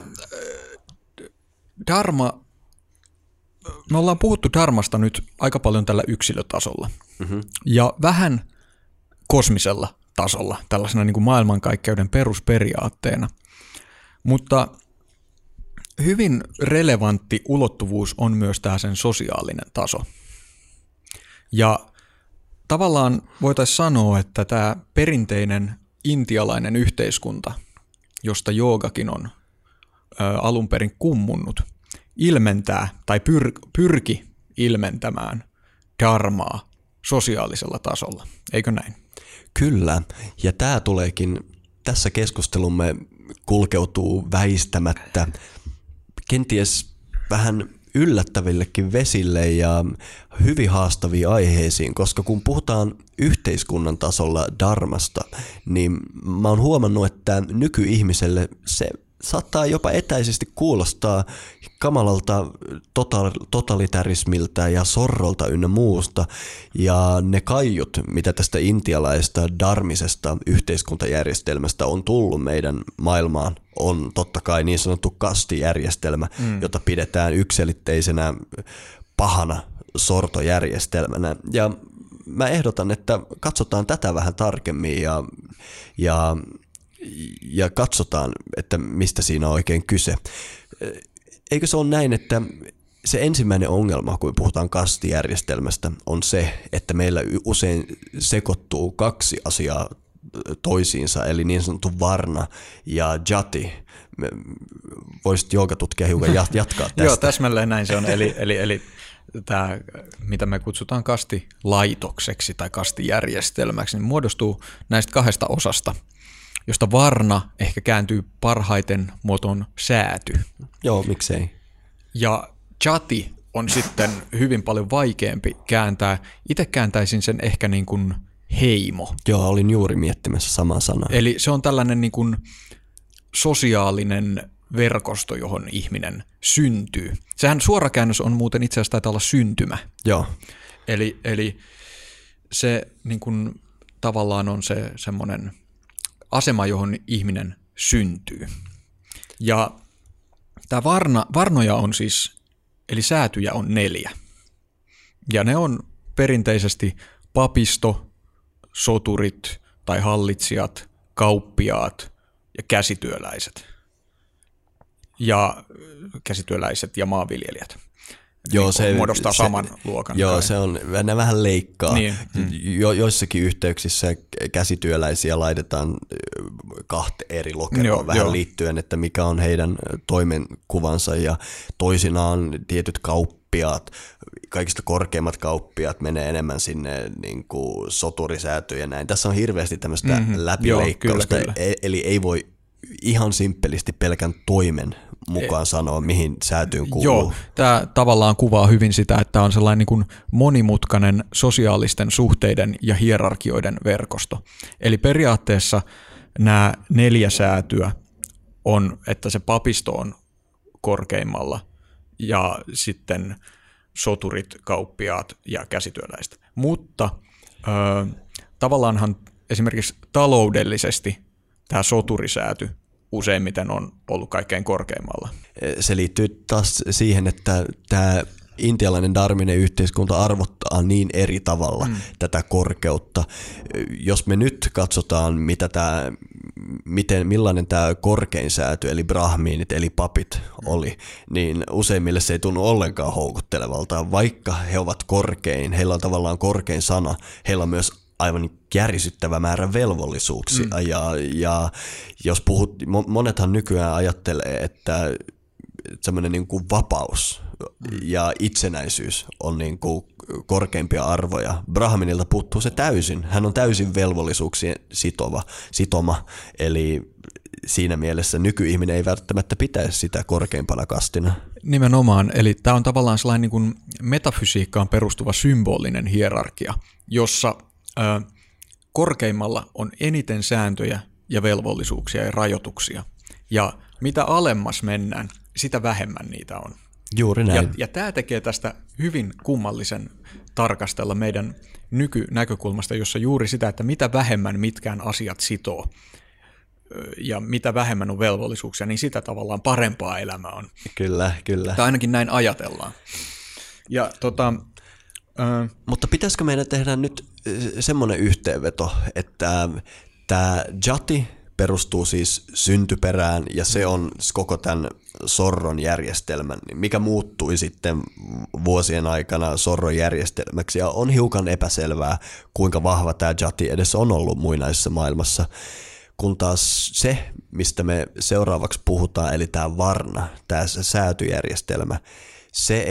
S2: dharma, me ollaan puhuttu dharmasta nyt aika paljon tällä yksilötasolla ja vähän kosmisella tasolla, tällaisena niin kuin maailmankaikkeuden perusperiaatteena, mutta hyvin relevantti ulottuvuus on myös tämä sen sosiaalinen taso. Ja tavallaan voitaisiin sanoa, että tämä perinteinen intialainen yhteiskunta, josta joogakin on alun perin kummunnut, ilmentää tai pyrki ilmentämään dharmaa sosiaalisella tasolla. Eikö näin?
S3: Kyllä, ja tämä tuleekin, tässä keskustelumme kulkeutuu väistämättä kenties vähän yllättävillekin vesille ja hyvin haastaviin aiheisiin, koska kun puhutaan yhteiskunnan tasolla dharmasta, niin mä oon huomannut, että nykyihmiselle se saattaa jopa etäisesti kuulostaa kamalalta totalitarismilta ja sorrolta ynnä muusta. Ja ne kaiut, mitä tästä intialaisesta dharmisesta yhteiskuntajärjestelmästä on tullut meidän maailmaan, on totta kai niin sanottu kastijärjestelmä, jota pidetään yksilitteisenä pahana sortojärjestelmänä. Ja mä ehdotan, että katsotaan tätä vähän tarkemmin ja ja katsotaan, että mistä siinä on oikein kyse. Eikö se ole näin, että se ensimmäinen ongelma, kun puhutaan kastijärjestelmästä, on se, että meillä usein sekoittuu kaksi asiaa toisiinsa, eli niin sanottu varna ja jati. Voisit joogatutkija hiukan jatkaa tästä?
S2: Joo, täsmälleen näin se on. Eli tämä, mitä me kutsutaan kastilaitokseksi tai kastijärjestelmäksi, niin muodostuu näistä kahdesta osasta, josta varna ehkä kääntyy parhaiten muotoon sääty.
S3: Joo, miksei.
S2: Ja jati on sitten hyvin paljon vaikeampi kääntää. Itse kääntäisin sen ehkä niin kuin heimo.
S3: Joo, olin juuri miettimässä samaa sanaa.
S2: Eli se on tällainen niin kuin sosiaalinen verkosto, johon ihminen syntyy. Sehän suorakäännös on muuten itse asiassa taitaa olla syntymä.
S3: Joo.
S2: Eli se niin kuin tavallaan on se semmoinen asema, johon ihminen syntyy. Ja tämä varnoja on siis, eli säätyjä on 4. Ja ne on perinteisesti papisto, soturit tai hallitsijat, kauppiaat ja käsityöläiset. Ja maanviljelijät.
S3: Joo,
S2: se muodostaa saman luokan.
S3: Joo,
S2: kai.
S3: se on, ne vähän leikkaa.
S2: Niin.
S3: Joissakin yhteyksissä käsityöläisiä laitetaan 2 eri lokeroon vähän liittyen, että mikä on heidän toimenkuvansa, ja toisinaan tietyt kauppiaat, kaikista korkeimmat kauppiaat menee enemmän sinne niin kuin soturisäätyyn ja näin. Tässä on hirveästi tämmöistä läpileikkausta, kyllä. Eli ei voi ihan simppelisti pelkän toimen mukaan sanoa, mihin säätyyn kuuluu.
S2: Joo, tämä tavallaan kuvaa hyvin sitä, että on sellainen niin kuin monimutkainen sosiaalisten suhteiden ja hierarkioiden verkosto. Eli periaatteessa nämä 4 säätyä on, että se papisto on korkeimmalla ja sitten soturit, kauppiaat ja käsityöläiset. Mutta tavallaanhan esimerkiksi taloudellisesti tämä soturisääty useimmiten on ollut kaikkein korkeimmalla.
S3: Se liittyy taas siihen, että tämä intialainen dharminen yhteiskunta arvottaa niin eri tavalla tätä korkeutta. Jos me nyt katsotaan, millainen tämä korkein sääty, eli brahmiinit, eli papit oli, niin useimmille se ei tunnu ollenkaan houkuttelevalta. Vaikka he ovat korkein, heillä on tavallaan korkein sana, heillä on myös aivan järisyttävä määrä velvollisuuksia. Ja jos monethan nykyään ajattelee, että semmoinen niin kuin vapaus ja itsenäisyys on niin kuin korkeimpia arvoja. Brahminilta puuttuu se täysin. Hän on täysin velvollisuuksien sitoma, eli siinä mielessä nykyihminen ei välttämättä pitäisi sitä korkeimpana kastina.
S2: Nimenomaan, eli tämä on tavallaan sellainen niin kuin metafysiikkaan perustuva symbolinen hierarkia, jossa korkeimmalla on eniten sääntöjä ja velvollisuuksia ja rajoituksia. Ja mitä alemmas mennään, sitä vähemmän niitä on.
S3: Juuri näin.
S2: Ja tämä tekee tästä hyvin kummallisen tarkastella meidän nykynäkökulmasta, jossa juuri sitä, että mitä vähemmän mitkään asiat sitoo ja mitä vähemmän on velvollisuuksia, niin sitä tavallaan parempaa elämä on.
S3: Kyllä.
S2: Tai ainakin näin ajatellaan. Ja
S3: mutta pitäisikö meidän tehdä nyt semmoinen yhteenveto, että tämä jati perustuu siis syntyperään ja se on koko tämän sorron järjestelmän, mikä muuttui sitten vuosien aikana sorron järjestelmäksi, ja on hiukan epäselvää, kuinka vahva tämä jati edes on ollut muinaisessa maailmassa, kun taas se, mistä me seuraavaksi puhutaan, eli tämä varna, tämä säätyjärjestelmä, se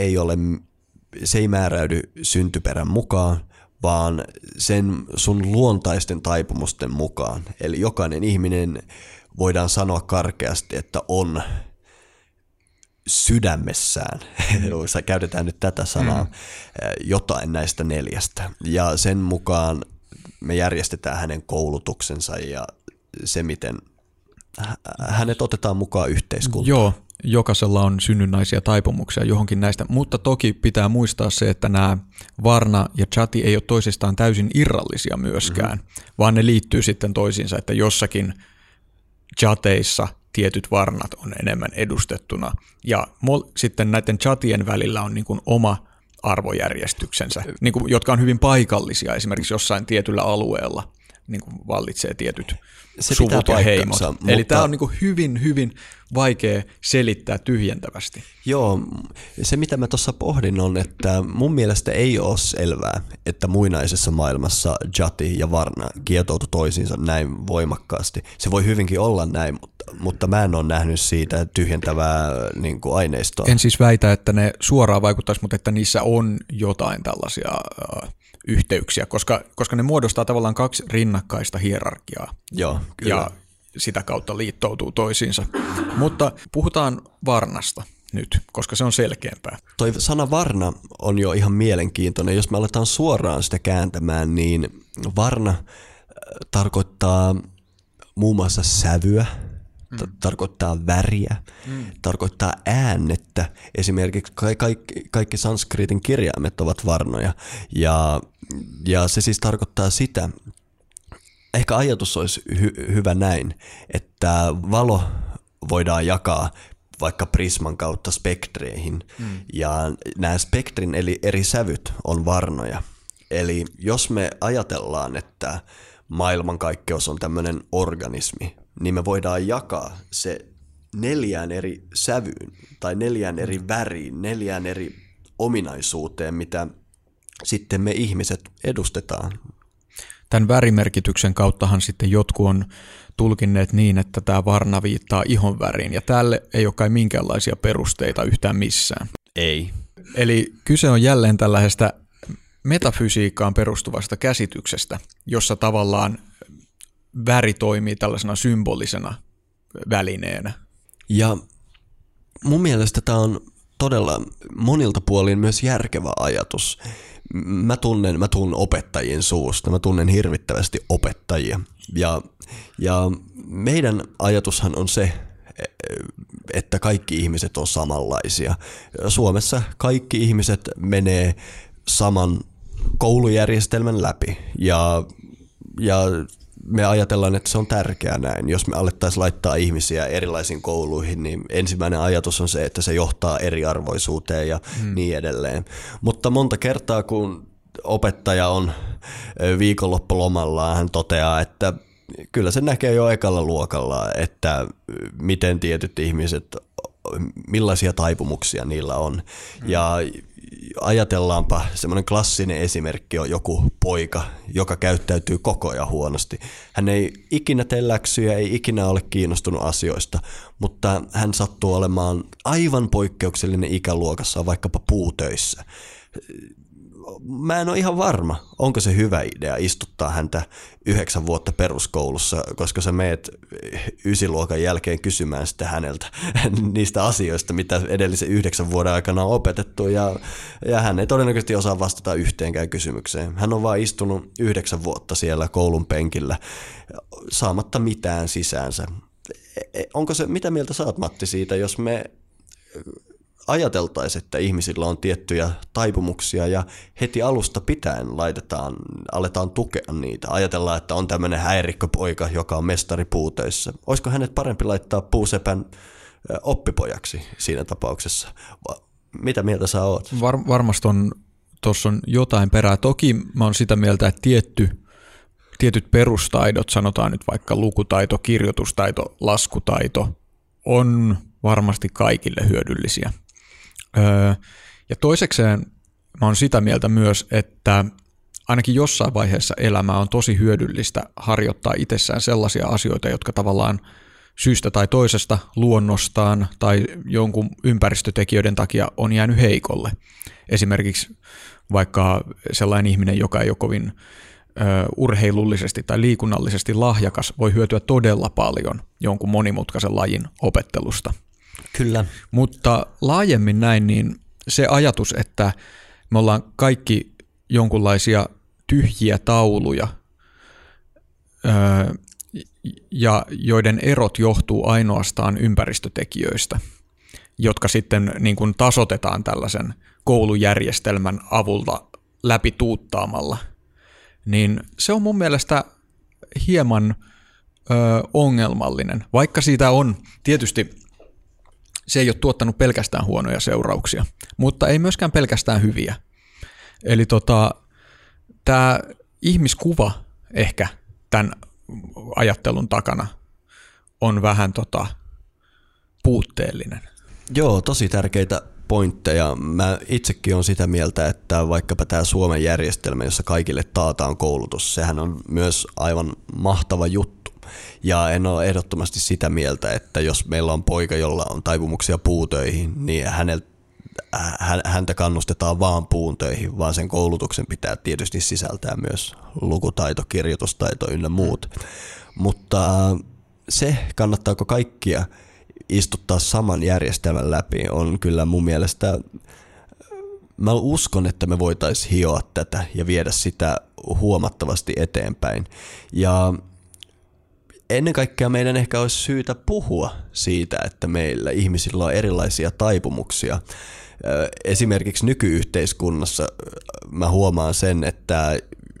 S3: ei määräydy syntyperän mukaan, vaan sen sun luontaisten taipumusten mukaan. Eli jokainen ihminen voidaan sanoa karkeasti, että on sydämessään, käytetään nyt tätä sanaa, jotain näistä 4. Ja sen mukaan me järjestetään hänen koulutuksensa ja se, miten hänet otetaan mukaan yhteiskuntaan.
S2: Joo, jokaisella on synnynnäisiä taipumuksia johonkin näistä, mutta toki pitää muistaa se, että nämä varna ja jati ei ole toisistaan täysin irrallisia myöskään, vaan ne liittyy sitten toisiinsa, että jossakin jateissa tietyt varnat on enemmän edustettuna, ja sitten näiden jatien välillä on niin kuin oma arvojärjestyksensä, niin kuin, jotka on hyvin paikallisia esimerkiksi jossain tietyllä alueella. niin kuin vallitsee tietyt
S3: Se
S2: suvut
S3: pitää
S2: ja heimot.
S3: paikkansa,
S2: Eli
S3: mutta
S2: tämä on niin kuin hyvin, hyvin vaikea selittää tyhjentävästi.
S3: Joo, se mitä mä tuossa pohdin on, että mun mielestä ei ole selvää, että muinaisessa maailmassa Jati ja Varna kietoutu toisiinsa näin voimakkaasti. Se voi hyvinkin olla näin, mutta mä en ole nähnyt siitä tyhjentävää niin kuin aineistoa.
S2: En siis väitä, että ne suoraan vaikuttaisi, mutta että niissä on jotain tällaisia yhteyksiä, koska ne muodostaa tavallaan kaksi rinnakkaista hierarkiaa.
S3: Joo, kyllä.
S2: Ja sitä kautta liittoutuu toisiinsa. Mutta puhutaan Varnasta nyt, koska se on selkeämpää.
S3: Toi sana Varna on jo ihan mielenkiintoinen. Jos me aletaan suoraan sitä kääntämään, niin Varna tarkoittaa muun muassa sävyä, tarkoittaa väriä, tarkoittaa äännettä. Esimerkiksi kaikki sanskritin kirjaimet ovat varnoja. Ja se siis tarkoittaa sitä, ehkä ajatus olisi hyvä näin, että valo voidaan jakaa vaikka prisman kautta spektreihin, ja nämä spektrin eli eri sävyt on varnoja. Eli jos me ajatellaan, että maailmankaikkeus on tämmöinen organismi, niin me voidaan jakaa se 4 eri sävyyn tai 4 eri väriin, 4 eri ominaisuuteen, mitä sitten me ihmiset edustetaan.
S2: Tämän värimerkityksen kauttahan sitten jotkut on tulkinneet niin, että tämä varna viittaa ihon väriin, ja tälle ei ole kai minkäänlaisia perusteita yhtään missään.
S3: Ei.
S2: Eli kyse on jälleen tällaisesta metafysiikkaan perustuvasta käsityksestä, jossa tavallaan väri toimii tällaisena symbolisena välineenä.
S3: Ja mun mielestä tämä on todella monilta puolin myös järkevä ajatus. Mä tunnen opettajien suusta, mä tunnen hirvittävästi opettajia. Ja meidän ajatushan on se, että kaikki ihmiset on samanlaisia. Suomessa kaikki ihmiset menee saman koulujärjestelmän läpi ja me ajatellaan, että se on tärkeää näin. Jos me alettaisiin laittaa ihmisiä erilaisiin kouluihin, niin ensimmäinen ajatus on se, että se johtaa eriarvoisuuteen ja niin edelleen. Mutta monta kertaa, kun opettaja on viikonloppulomalla, hän toteaa, että kyllä se näkee jo ekalla luokalla, että miten tietyt ihmiset, millaisia taipumuksia niillä on. Ja ajatellaanpa, semmoinen klassinen esimerkki on joku poika, joka käyttäytyy koko ajan huonosti. Hän ei ikinä tee läksyjä, ei ikinä ole kiinnostunut asioista, mutta hän sattuu olemaan aivan poikkeuksellinen ikäluokassa, vaikkapa puutöissä. Mä en ole ihan varma, onko se hyvä idea istuttaa häntä 9 vuotta peruskoulussa, koska sä meet 9-luokan jälkeen kysymään sitten häneltä niistä asioista, mitä edellisen 9 vuoden aikana on opetettu, ja hän ei todennäköisesti osaa vastata yhteenkään kysymykseen. Hän on vaan istunut 9 vuotta siellä koulun penkillä saamatta mitään sisäänsä. Onko se, mitä mieltä sä oot, Matti, siitä, jos me ajateltaisiin, että ihmisillä on tiettyjä taipumuksia ja heti alusta pitäen aletaan tukea niitä. Ajatellaan, että on tämmöinen häirikköpoika, joka on mestari puutöissä. Olisiko hänet parempi laittaa puusepän oppipojaksi siinä tapauksessa? Mitä mieltä sä oot?
S2: Varmasti tuossa on jotain perää. Toki mä oon sitä mieltä, että tietyt perustaidot, sanotaan nyt vaikka lukutaito, kirjoitustaito, laskutaito, on varmasti kaikille hyödyllisiä. Ja toisekseen mä oon sitä mieltä myös, että ainakin jossain vaiheessa elämää on tosi hyödyllistä harjoittaa itsessään sellaisia asioita, jotka tavallaan syystä tai toisesta luonnostaan tai jonkun ympäristötekijöiden takia on jäänyt heikolle. Esimerkiksi vaikka sellainen ihminen, joka ei ole kovin urheilullisesti tai liikunnallisesti lahjakas, voi hyötyä todella paljon jonkun monimutkaisen lajin opettelusta.
S3: Kyllä.
S2: Mutta laajemmin näin, niin se ajatus, että me ollaan kaikki jonkunlaisia tyhjiä tauluja, ja joiden erot johtuu ainoastaan ympäristötekijöistä, jotka sitten niin kuin tasoitetaan tällaisen koulujärjestelmän avulla läpi tuuttaamalla, niin se on mun mielestä hieman ongelmallinen, vaikka siitä on tietysti, se ei ole tuottanut pelkästään huonoja seurauksia, mutta ei myöskään pelkästään hyviä. Eli tämä ihmiskuva ehkä tämän ajattelun takana on vähän puutteellinen.
S3: Joo, tosi tärkeitä pointteja. Mä itsekin olen sitä mieltä, että vaikkapa tämä Suomen järjestelmä, jossa kaikille taataan koulutus, sehän on myös aivan mahtava juttu. Ja en ole ehdottomasti sitä mieltä, että jos meillä on poika, jolla on taipumuksia puutöihin, niin häntä kannustetaan vaan puun töihin, vaan sen koulutuksen pitää tietysti sisältää myös lukutaito, kirjoitustaito ynnä muut. Mutta se, kannattaako kaikkia istuttaa saman järjestelmän läpi, on kyllä mun mielestä, mä uskon, että me voitaisiin hioa tätä ja viedä sitä huomattavasti eteenpäin. Ja ennen kaikkea meidän ehkä olisi syytä puhua siitä, että meillä ihmisillä on erilaisia taipumuksia. Esimerkiksi nykyyhteiskunnassa mä huomaan sen, että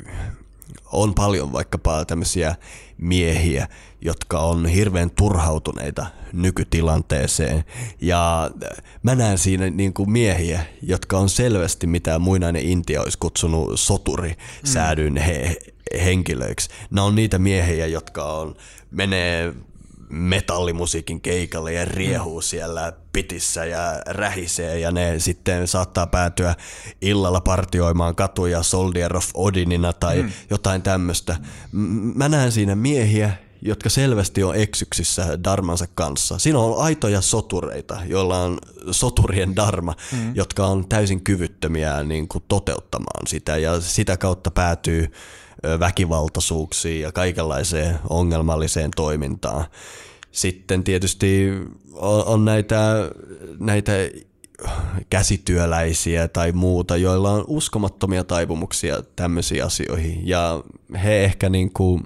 S3: on paljon vaikkapa tämmöisiä miehiä, jotka on hirveän turhautuneita nykytilanteeseen. Ja mä näen siinä niin kuin miehiä, jotka on selvästi mitä muinainen Intia olisi kutsunut soturisäädyn henkilöiksi. Nämä on niitä miehiä, jotka menee metallimusiikin keikalle ja riehuu siellä pitissä ja rähisee ja ne sitten saattaa päätyä illalla partioimaan katuja Soldier of Odinina tai jotain tämmöistä. Mä näen siinä miehiä, jotka selvästi on eksyksissä darmansa kanssa. Siinä on aitoja sotureita, joilla on soturien darma, jotka on täysin kyvyttömiä niin kuin toteuttamaan sitä ja sitä kautta päätyy väkivaltaisuuksiin ja kaikenlaiseen ongelmalliseen toimintaan. Sitten tietysti on näitä käsityöläisiä tai muuta, joilla on uskomattomia taipumuksia tämmöisiin asioihin. Ja he ehkä niin kuin,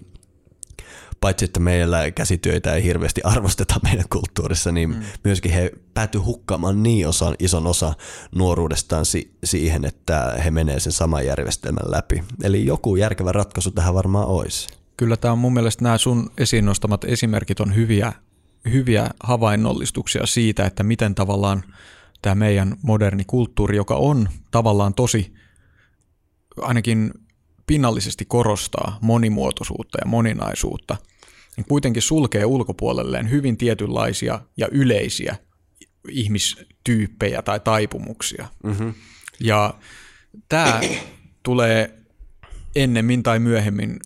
S3: paitsi että meillä käsityöitä ei hirveästi arvosteta meidän kulttuurissa, niin myöskin he päätyy hukkaamaan niin ison osa nuoruudestaan siihen, että he menee sen saman järjestelmän läpi. Eli joku järkevä ratkaisu tähän varmaan olisi. Kyllä
S2: tämä on mun mielestä nämä sun esiin nostamat esimerkit on hyviä havainnollistuksia siitä, että miten tavallaan tämä meidän moderni kulttuuri, joka on tavallaan tosi ainakin pinnallisesti korostaa monimuotoisuutta ja moninaisuutta, niin kuitenkin sulkee ulkopuolelleen hyvin tietynlaisia ja yleisiä ihmistyyppejä tai taipumuksia. Mm-hmm. Ja tämä tulee ennemmin tai myöhemmin,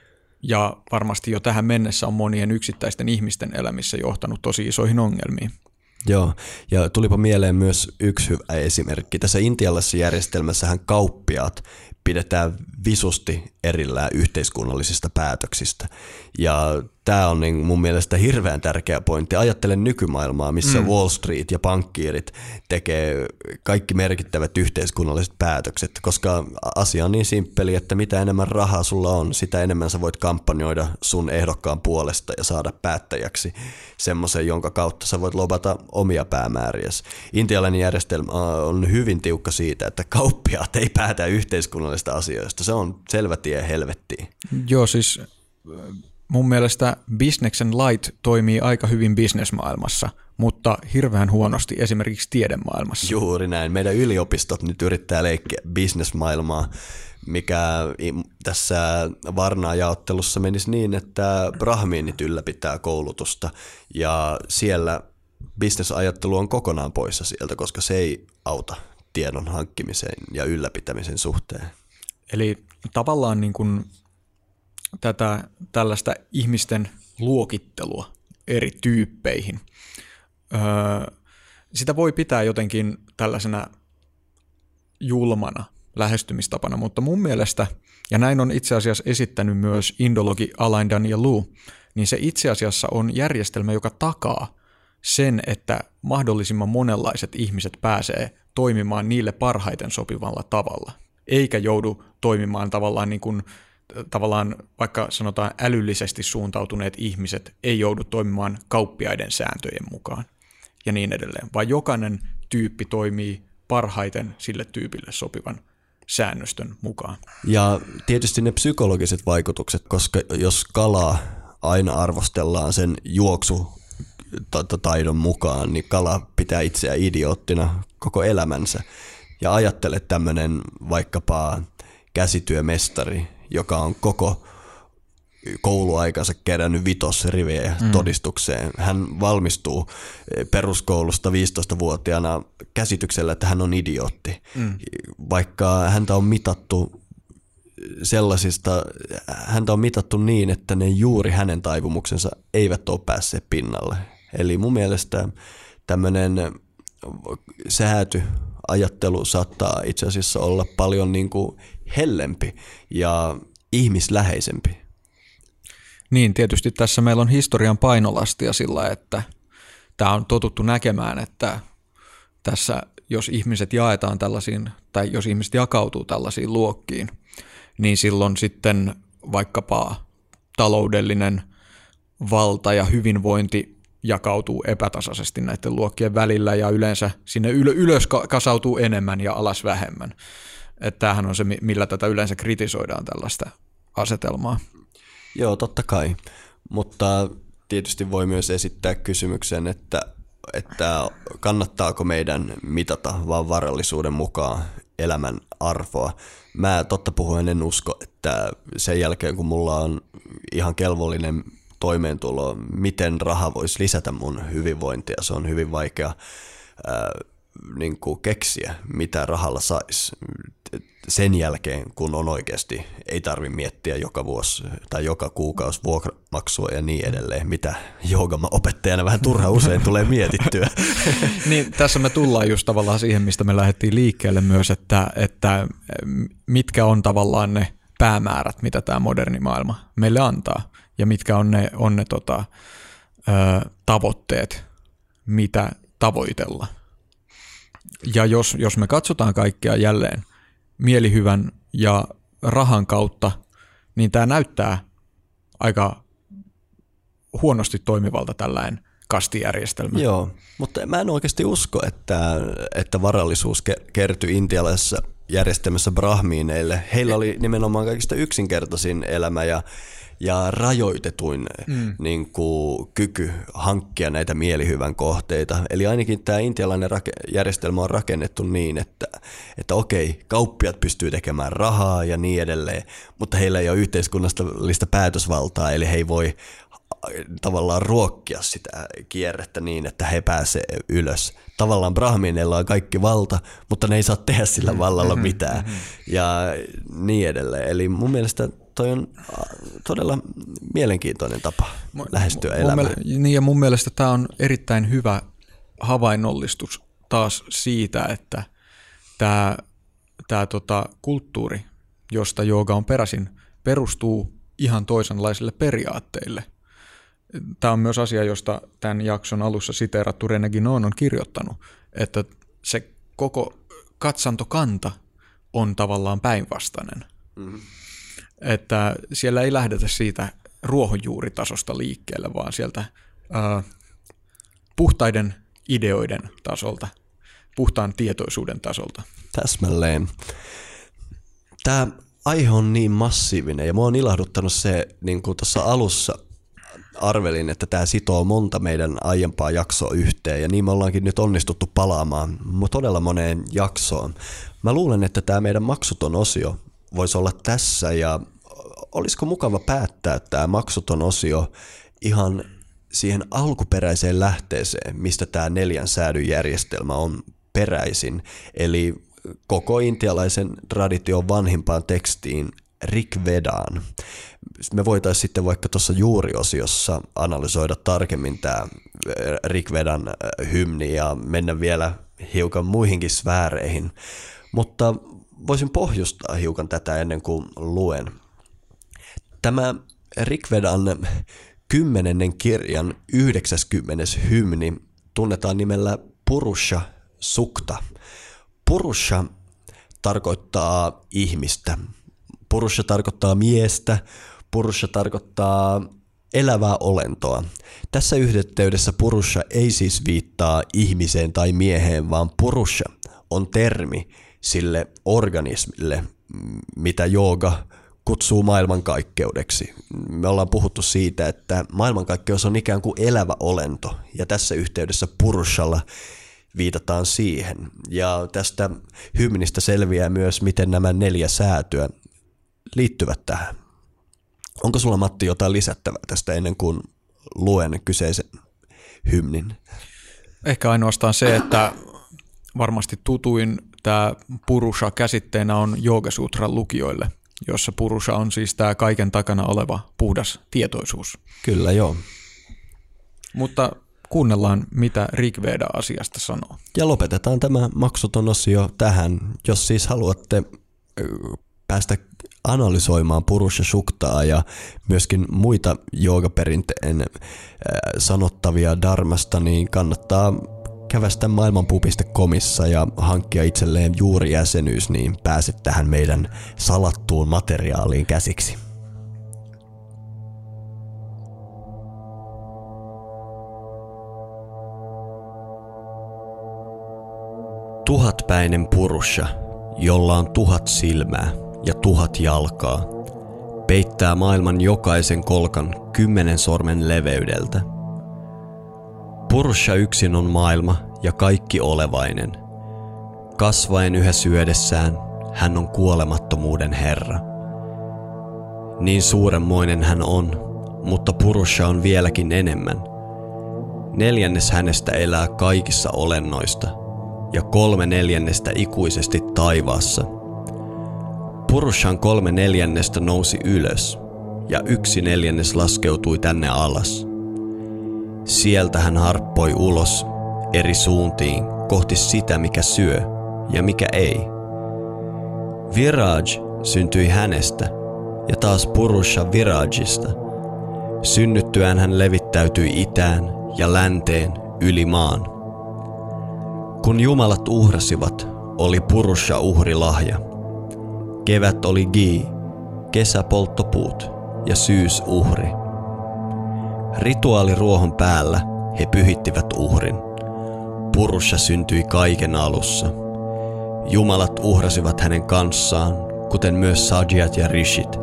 S2: ja varmasti jo tähän mennessä on monien yksittäisten ihmisten elämissä johtanut tosi isoihin ongelmiin.
S3: Joo, ja tulipa mieleen myös yksi hyvä esimerkki. Tässä intialaisessa järjestelmässähän kauppiaat pidetään visusti erillään yhteiskunnallisista päätöksistä. Ja tämä on niin mun mielestä hirveän tärkeä pointti. Ajattelen nykymaailmaa, missä Wall Street ja pankkiirit tekee kaikki merkittävät yhteiskunnalliset päätökset, koska asia on niin simppeli, että mitä enemmän rahaa sulla on, sitä enemmän sä voit kampanjoida sun ehdokkaan puolesta ja saada päättäjäksi semmoisen, jonka kautta sä voit lobata omia päämääriäsi. Intialainen järjestelmä on hyvin tiukka siitä, että kauppiaat ei päätä yhteiskunnallisista asioista. Se on selvä tie helvettiin.
S2: Joo, siis mun mielestä bisneksen lait toimii aika hyvin bisnesmaailmassa, mutta hirveän huonosti esimerkiksi tiedemaailmassa.
S3: Juuri näin. Meidän yliopistot nyt yrittää leikkiä bisnesmaailmaa, mikä tässä Varna-jaottelussa menisi niin, että brahmiinit ylläpitää koulutusta ja siellä bisnesajattelu on kokonaan poissa sieltä, koska se ei auta tiedon hankkimisen ja ylläpitämisen suhteen.
S2: Eli tavallaan niin kuin tällaista ihmisten luokittelua eri tyyppeihin, sitä voi pitää jotenkin tällaisena julmana lähestymistapana, mutta mun mielestä, ja näin on itse asiassa esittänyt myös indologi Alain Daniel Lu, niin se itse asiassa on järjestelmä, joka takaa sen, että mahdollisimman monenlaiset ihmiset pääsee toimimaan niille parhaiten sopivalla tavalla, eikä joudu toimimaan tavallaan vaikka sanotaan älyllisesti suuntautuneet ihmiset ei joudu toimimaan kauppiaiden sääntöjen mukaan ja niin edelleen, vaan jokainen tyyppi toimii parhaiten sille tyypille sopivan säännöstön mukaan.
S3: Ja tietysti ne psykologiset vaikutukset, koska jos kalaa aina arvostellaan sen juoksutaidon mukaan, niin kala pitää itseään idioottina koko elämänsä. Ja ajattele tämmöinen vaikkapa käsityömestari, joka on koko kouluaikansa kerännyt vitosrivejä todistukseen. Hän valmistuu peruskoulusta 15-vuotiaana käsityksellä, että hän on idiootti. Vaikka häntä on mitattu niin, että ne juuri hänen taipumuksensa eivät ole päässeet pinnalle. Eli mun mielestä tämmöinen sääty ajattelu saattaa itse asiassa olla paljon niin kuin hellempi ja ihmisläheisempi.
S2: Niin, tietysti tässä meillä on historian painolastia sillä, että tämä on totuttu näkemään, että tässä jos ihmiset jaetaan tällaisiin, tai jos ihmiset jakautuu tällaisiin luokkiin, niin silloin sitten vaikkapa taloudellinen valta ja hyvinvointi jakautuu epätasaisesti näiden luokkien välillä ja yleensä sinne ylös kasautuu enemmän ja alas vähemmän. Että tämähän on se, millä tätä yleensä kritisoidaan tällaista asetelmaa.
S3: Joo, totta kai, mutta tietysti voi myös esittää kysymyksen, että kannattaako meidän mitata vaan varallisuuden mukaan elämän arvoa. Mä totta puhuen en usko, että sen jälkeen kun mulla on ihan kelvollinen toimeentulo, miten raha voisi lisätä mun hyvinvointia. Se on hyvin vaikea niin kuin keksiä, mitä rahalla saisi sen jälkeen, kun on oikeasti, ei tarvitse miettiä joka vuosi tai joka kuukausi vuokramaksua ja niin edelleen, mitä joogaopettajana vähän turha usein tulee mietittyä.
S2: Niin, tässä me tullaan just tavallaan siihen, mistä me lähdettiin liikkeelle myös, että mitkä on tavallaan ne päämäärät, mitä tämä moderni maailma meille antaa ja mitkä on ne tavoitteet, mitä tavoitella. Ja jos me katsotaan kaikkea jälleen mielihyvän ja rahan kautta, niin tämä näyttää aika huonosti toimivalta tällainen kastijärjestelmä.
S3: Joo, mutta mä en oikeasti usko, että varallisuus kertyi intialaisessa järjestelmässä brahmiineille. Heillä oli nimenomaan kaikista yksinkertaisin elämä ja rajoitetuin niin kuin, kyky hankkia näitä mielihyvän kohteita. Eli ainakin tämä intialainen järjestelmä on rakennettu niin, että okei, kauppiat pystyy tekemään rahaa ja niin edelleen, mutta heillä ei ole yhteiskunnallista päätösvaltaa, eli he ei voi tavallaan ruokkia sitä kierrettä niin, että he pääsee ylös. Tavallaan brahmineilla on kaikki valta, mutta ne ei saa tehdä sillä vallalla mitään ja niin edelleen. Eli mun mielestä toi on todella mielenkiintoinen tapa lähestyä elämää.
S2: Niin ja mun mielestä tämä on erittäin hyvä havainnollistus taas siitä, että tämä kulttuuri, josta jooga on peräisin, perustuu ihan toisenlaisille periaatteille. Tämä on myös asia, josta tämän jakson alussa siteerattu René Guénon on kirjoittanut, että se koko katsantokanta on tavallaan päinvastainen. Että siellä ei lähdetä siitä ruohonjuuritasosta liikkeelle, vaan sieltä puhtaiden ideoiden tasolta, puhtaan tietoisuuden tasolta.
S3: Täsmälleen. Tämä aihe on niin massiivinen ja mua on ilahduttanut se, niin kuin tuossa alussa arvelin, että tämä sitoo monta meidän aiempaa jaksoa yhteen ja niin me ollaankin nyt onnistuttu palaamaan todella moneen jaksoon. Mä luulen, että tämä meidän maksuton osio voisi olla tässä ja olisiko mukava päättää tämä maksuton osio ihan siihen alkuperäiseen lähteeseen, mistä tämä 4 säädyn järjestelmä on peräisin, eli koko intialaisen tradition vanhimpaan tekstiin Rigvedaan. Me voitaisiin sitten vaikka tuossa juuriosiossa analysoida tarkemmin tämä Rigvedan hymni ja mennä vielä hiukan muihinkin sfääreihin, mutta voisin pohjustaa hiukan tätä ennen kuin luen. Tämä Rigvedan 10. kirjan 90. hymni tunnetaan nimellä Purusha Sukta. Purusha tarkoittaa ihmistä. Purusha tarkoittaa miestä. Purusha tarkoittaa elävää olentoa. Tässä yhteydessä Purusha ei siis viittaa ihmiseen tai mieheen, vaan Purusha on termi sille organismille, mitä jooga kutsuu maailmankaikkeudeksi. Me ollaan puhuttu siitä, että maailmankaikkeus on ikään kuin elävä olento, ja tässä yhteydessä Purushalla viitataan siihen. Ja tästä hymnistä selviää myös, miten nämä 4 säätyä liittyvät tähän. Onko sulla, Matti, jotain lisättävää tästä ennen kuin luen kyseisen hymnin?
S2: Ehkä ainoastaan se, että varmasti tutuin tämä Purusha käsitteenä on Joogasutran lukijoille, jossa Purusha on siis tämä kaiken takana oleva puhdas tietoisuus.
S3: Kyllä, joo.
S2: Mutta kuunnellaan, mitä Rigveda asiasta sanoo.
S3: Ja lopetetaan tämä maksuton osio tähän. Jos siis haluatte päästä analysoimaan Purusha Suktaa ja myöskin muita joogaperinteen sanottavia dharmasta, niin kannattaa kävästä maailmanpuu.comissa ja hankkia itselleen juurijäsenyys, niin pääset tähän meidän salattuun materiaaliin käsiksi. Tuhatpäinen Purusha, jolla on 1000 silmää ja 1000 jalkaa, peittää maailman jokaisen kolkan 10 sormen leveydeltä. Purusha yksin on maailma ja kaikki olevainen. Kasvaen yhä syödessään, hän on kuolemattomuuden herra. Niin suuremmoinen hän on, mutta Purusha on vieläkin enemmän. 4 hänestä elää kaikissa olennoista ja 3/4 ikuisesti taivaassa. Purushan 3/4 nousi ylös ja 1/4 laskeutui tänne alas. Sieltä hän harppoi ulos eri suuntiin kohti sitä, mikä syö ja mikä ei. Viraj syntyi hänestä ja taas Purusha Virajista. Synnyttyään hän levittäytyi itään ja länteen yli maan. Kun jumalat uhrasivat, oli Purusha uhrilahja. Kevät oli ghee, kesä polttopuut ja syys uhri. Rituaaliruohon päällä he pyhittivät uhrin. Purusha syntyi kaiken alussa. Jumalat uhrasivat hänen kanssaan, kuten myös Sajiat ja Rishit.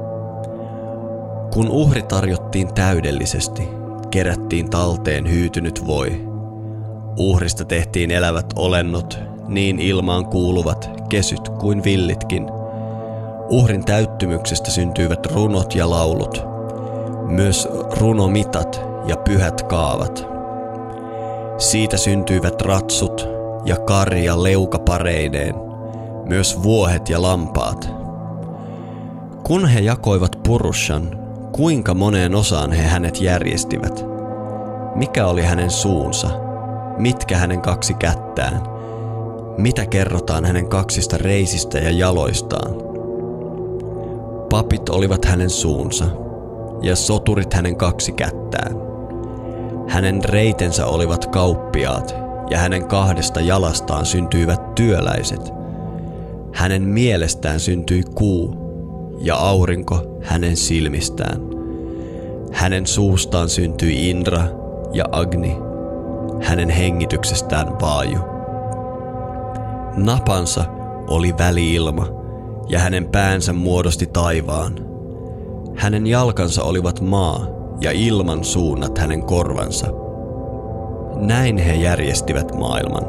S3: Kun uhri tarjottiin täydellisesti, kerättiin talteen hyytynyt voi. Uhrista tehtiin elävät olennot, niin ilmaan kuuluvat kesyt kuin villitkin. Uhrin täyttymyksestä syntyivät runot ja laulut, myös runomitat ja pyhät kaavat. Siitä syntyivät ratsut ja karja leukapareineen, myös vuohet ja lampaat. Kun he jakoivat Purushan, kuinka moneen osaan he hänet järjestivät? Mikä oli hänen suunsa? Mitkä hänen 2 kättään? Mitä kerrotaan hänen 2 reisistä ja jaloistaan? Papit olivat hänen suunsa ja soturit hänen 2 kättään. Hänen reitensä olivat kauppiaat ja hänen 2 jalastaan syntyivät työläiset. Hänen mielestään syntyi kuu ja aurinko hänen silmistään. Hänen suustaan syntyi Indra ja Agni, hänen hengityksestään vaaju. Napansa oli väliilma ja hänen päänsä muodosti taivaan. Hänen jalkansa olivat maa ja ilman suunnat hänen korvansa. Näin he järjestivät maailman.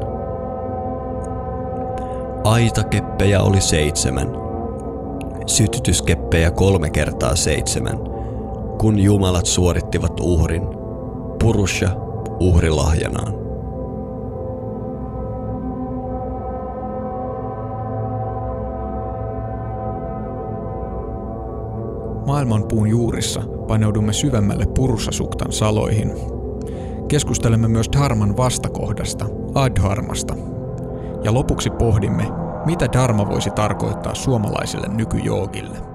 S3: Aitakeppejä oli 7, sytytyskeppejä 3 kertaa 7, kun jumalat suorittivat uhrin, Purusha uhrilahjanaan.
S2: Maailmanpuun juurissa paneudumme syvemmälle Purusha Suktan saloihin. Keskustelemme myös dharman vastakohdasta, adharmasta. Ja lopuksi pohdimme, mitä dharma voisi tarkoittaa suomalaiselle nykyjoogille.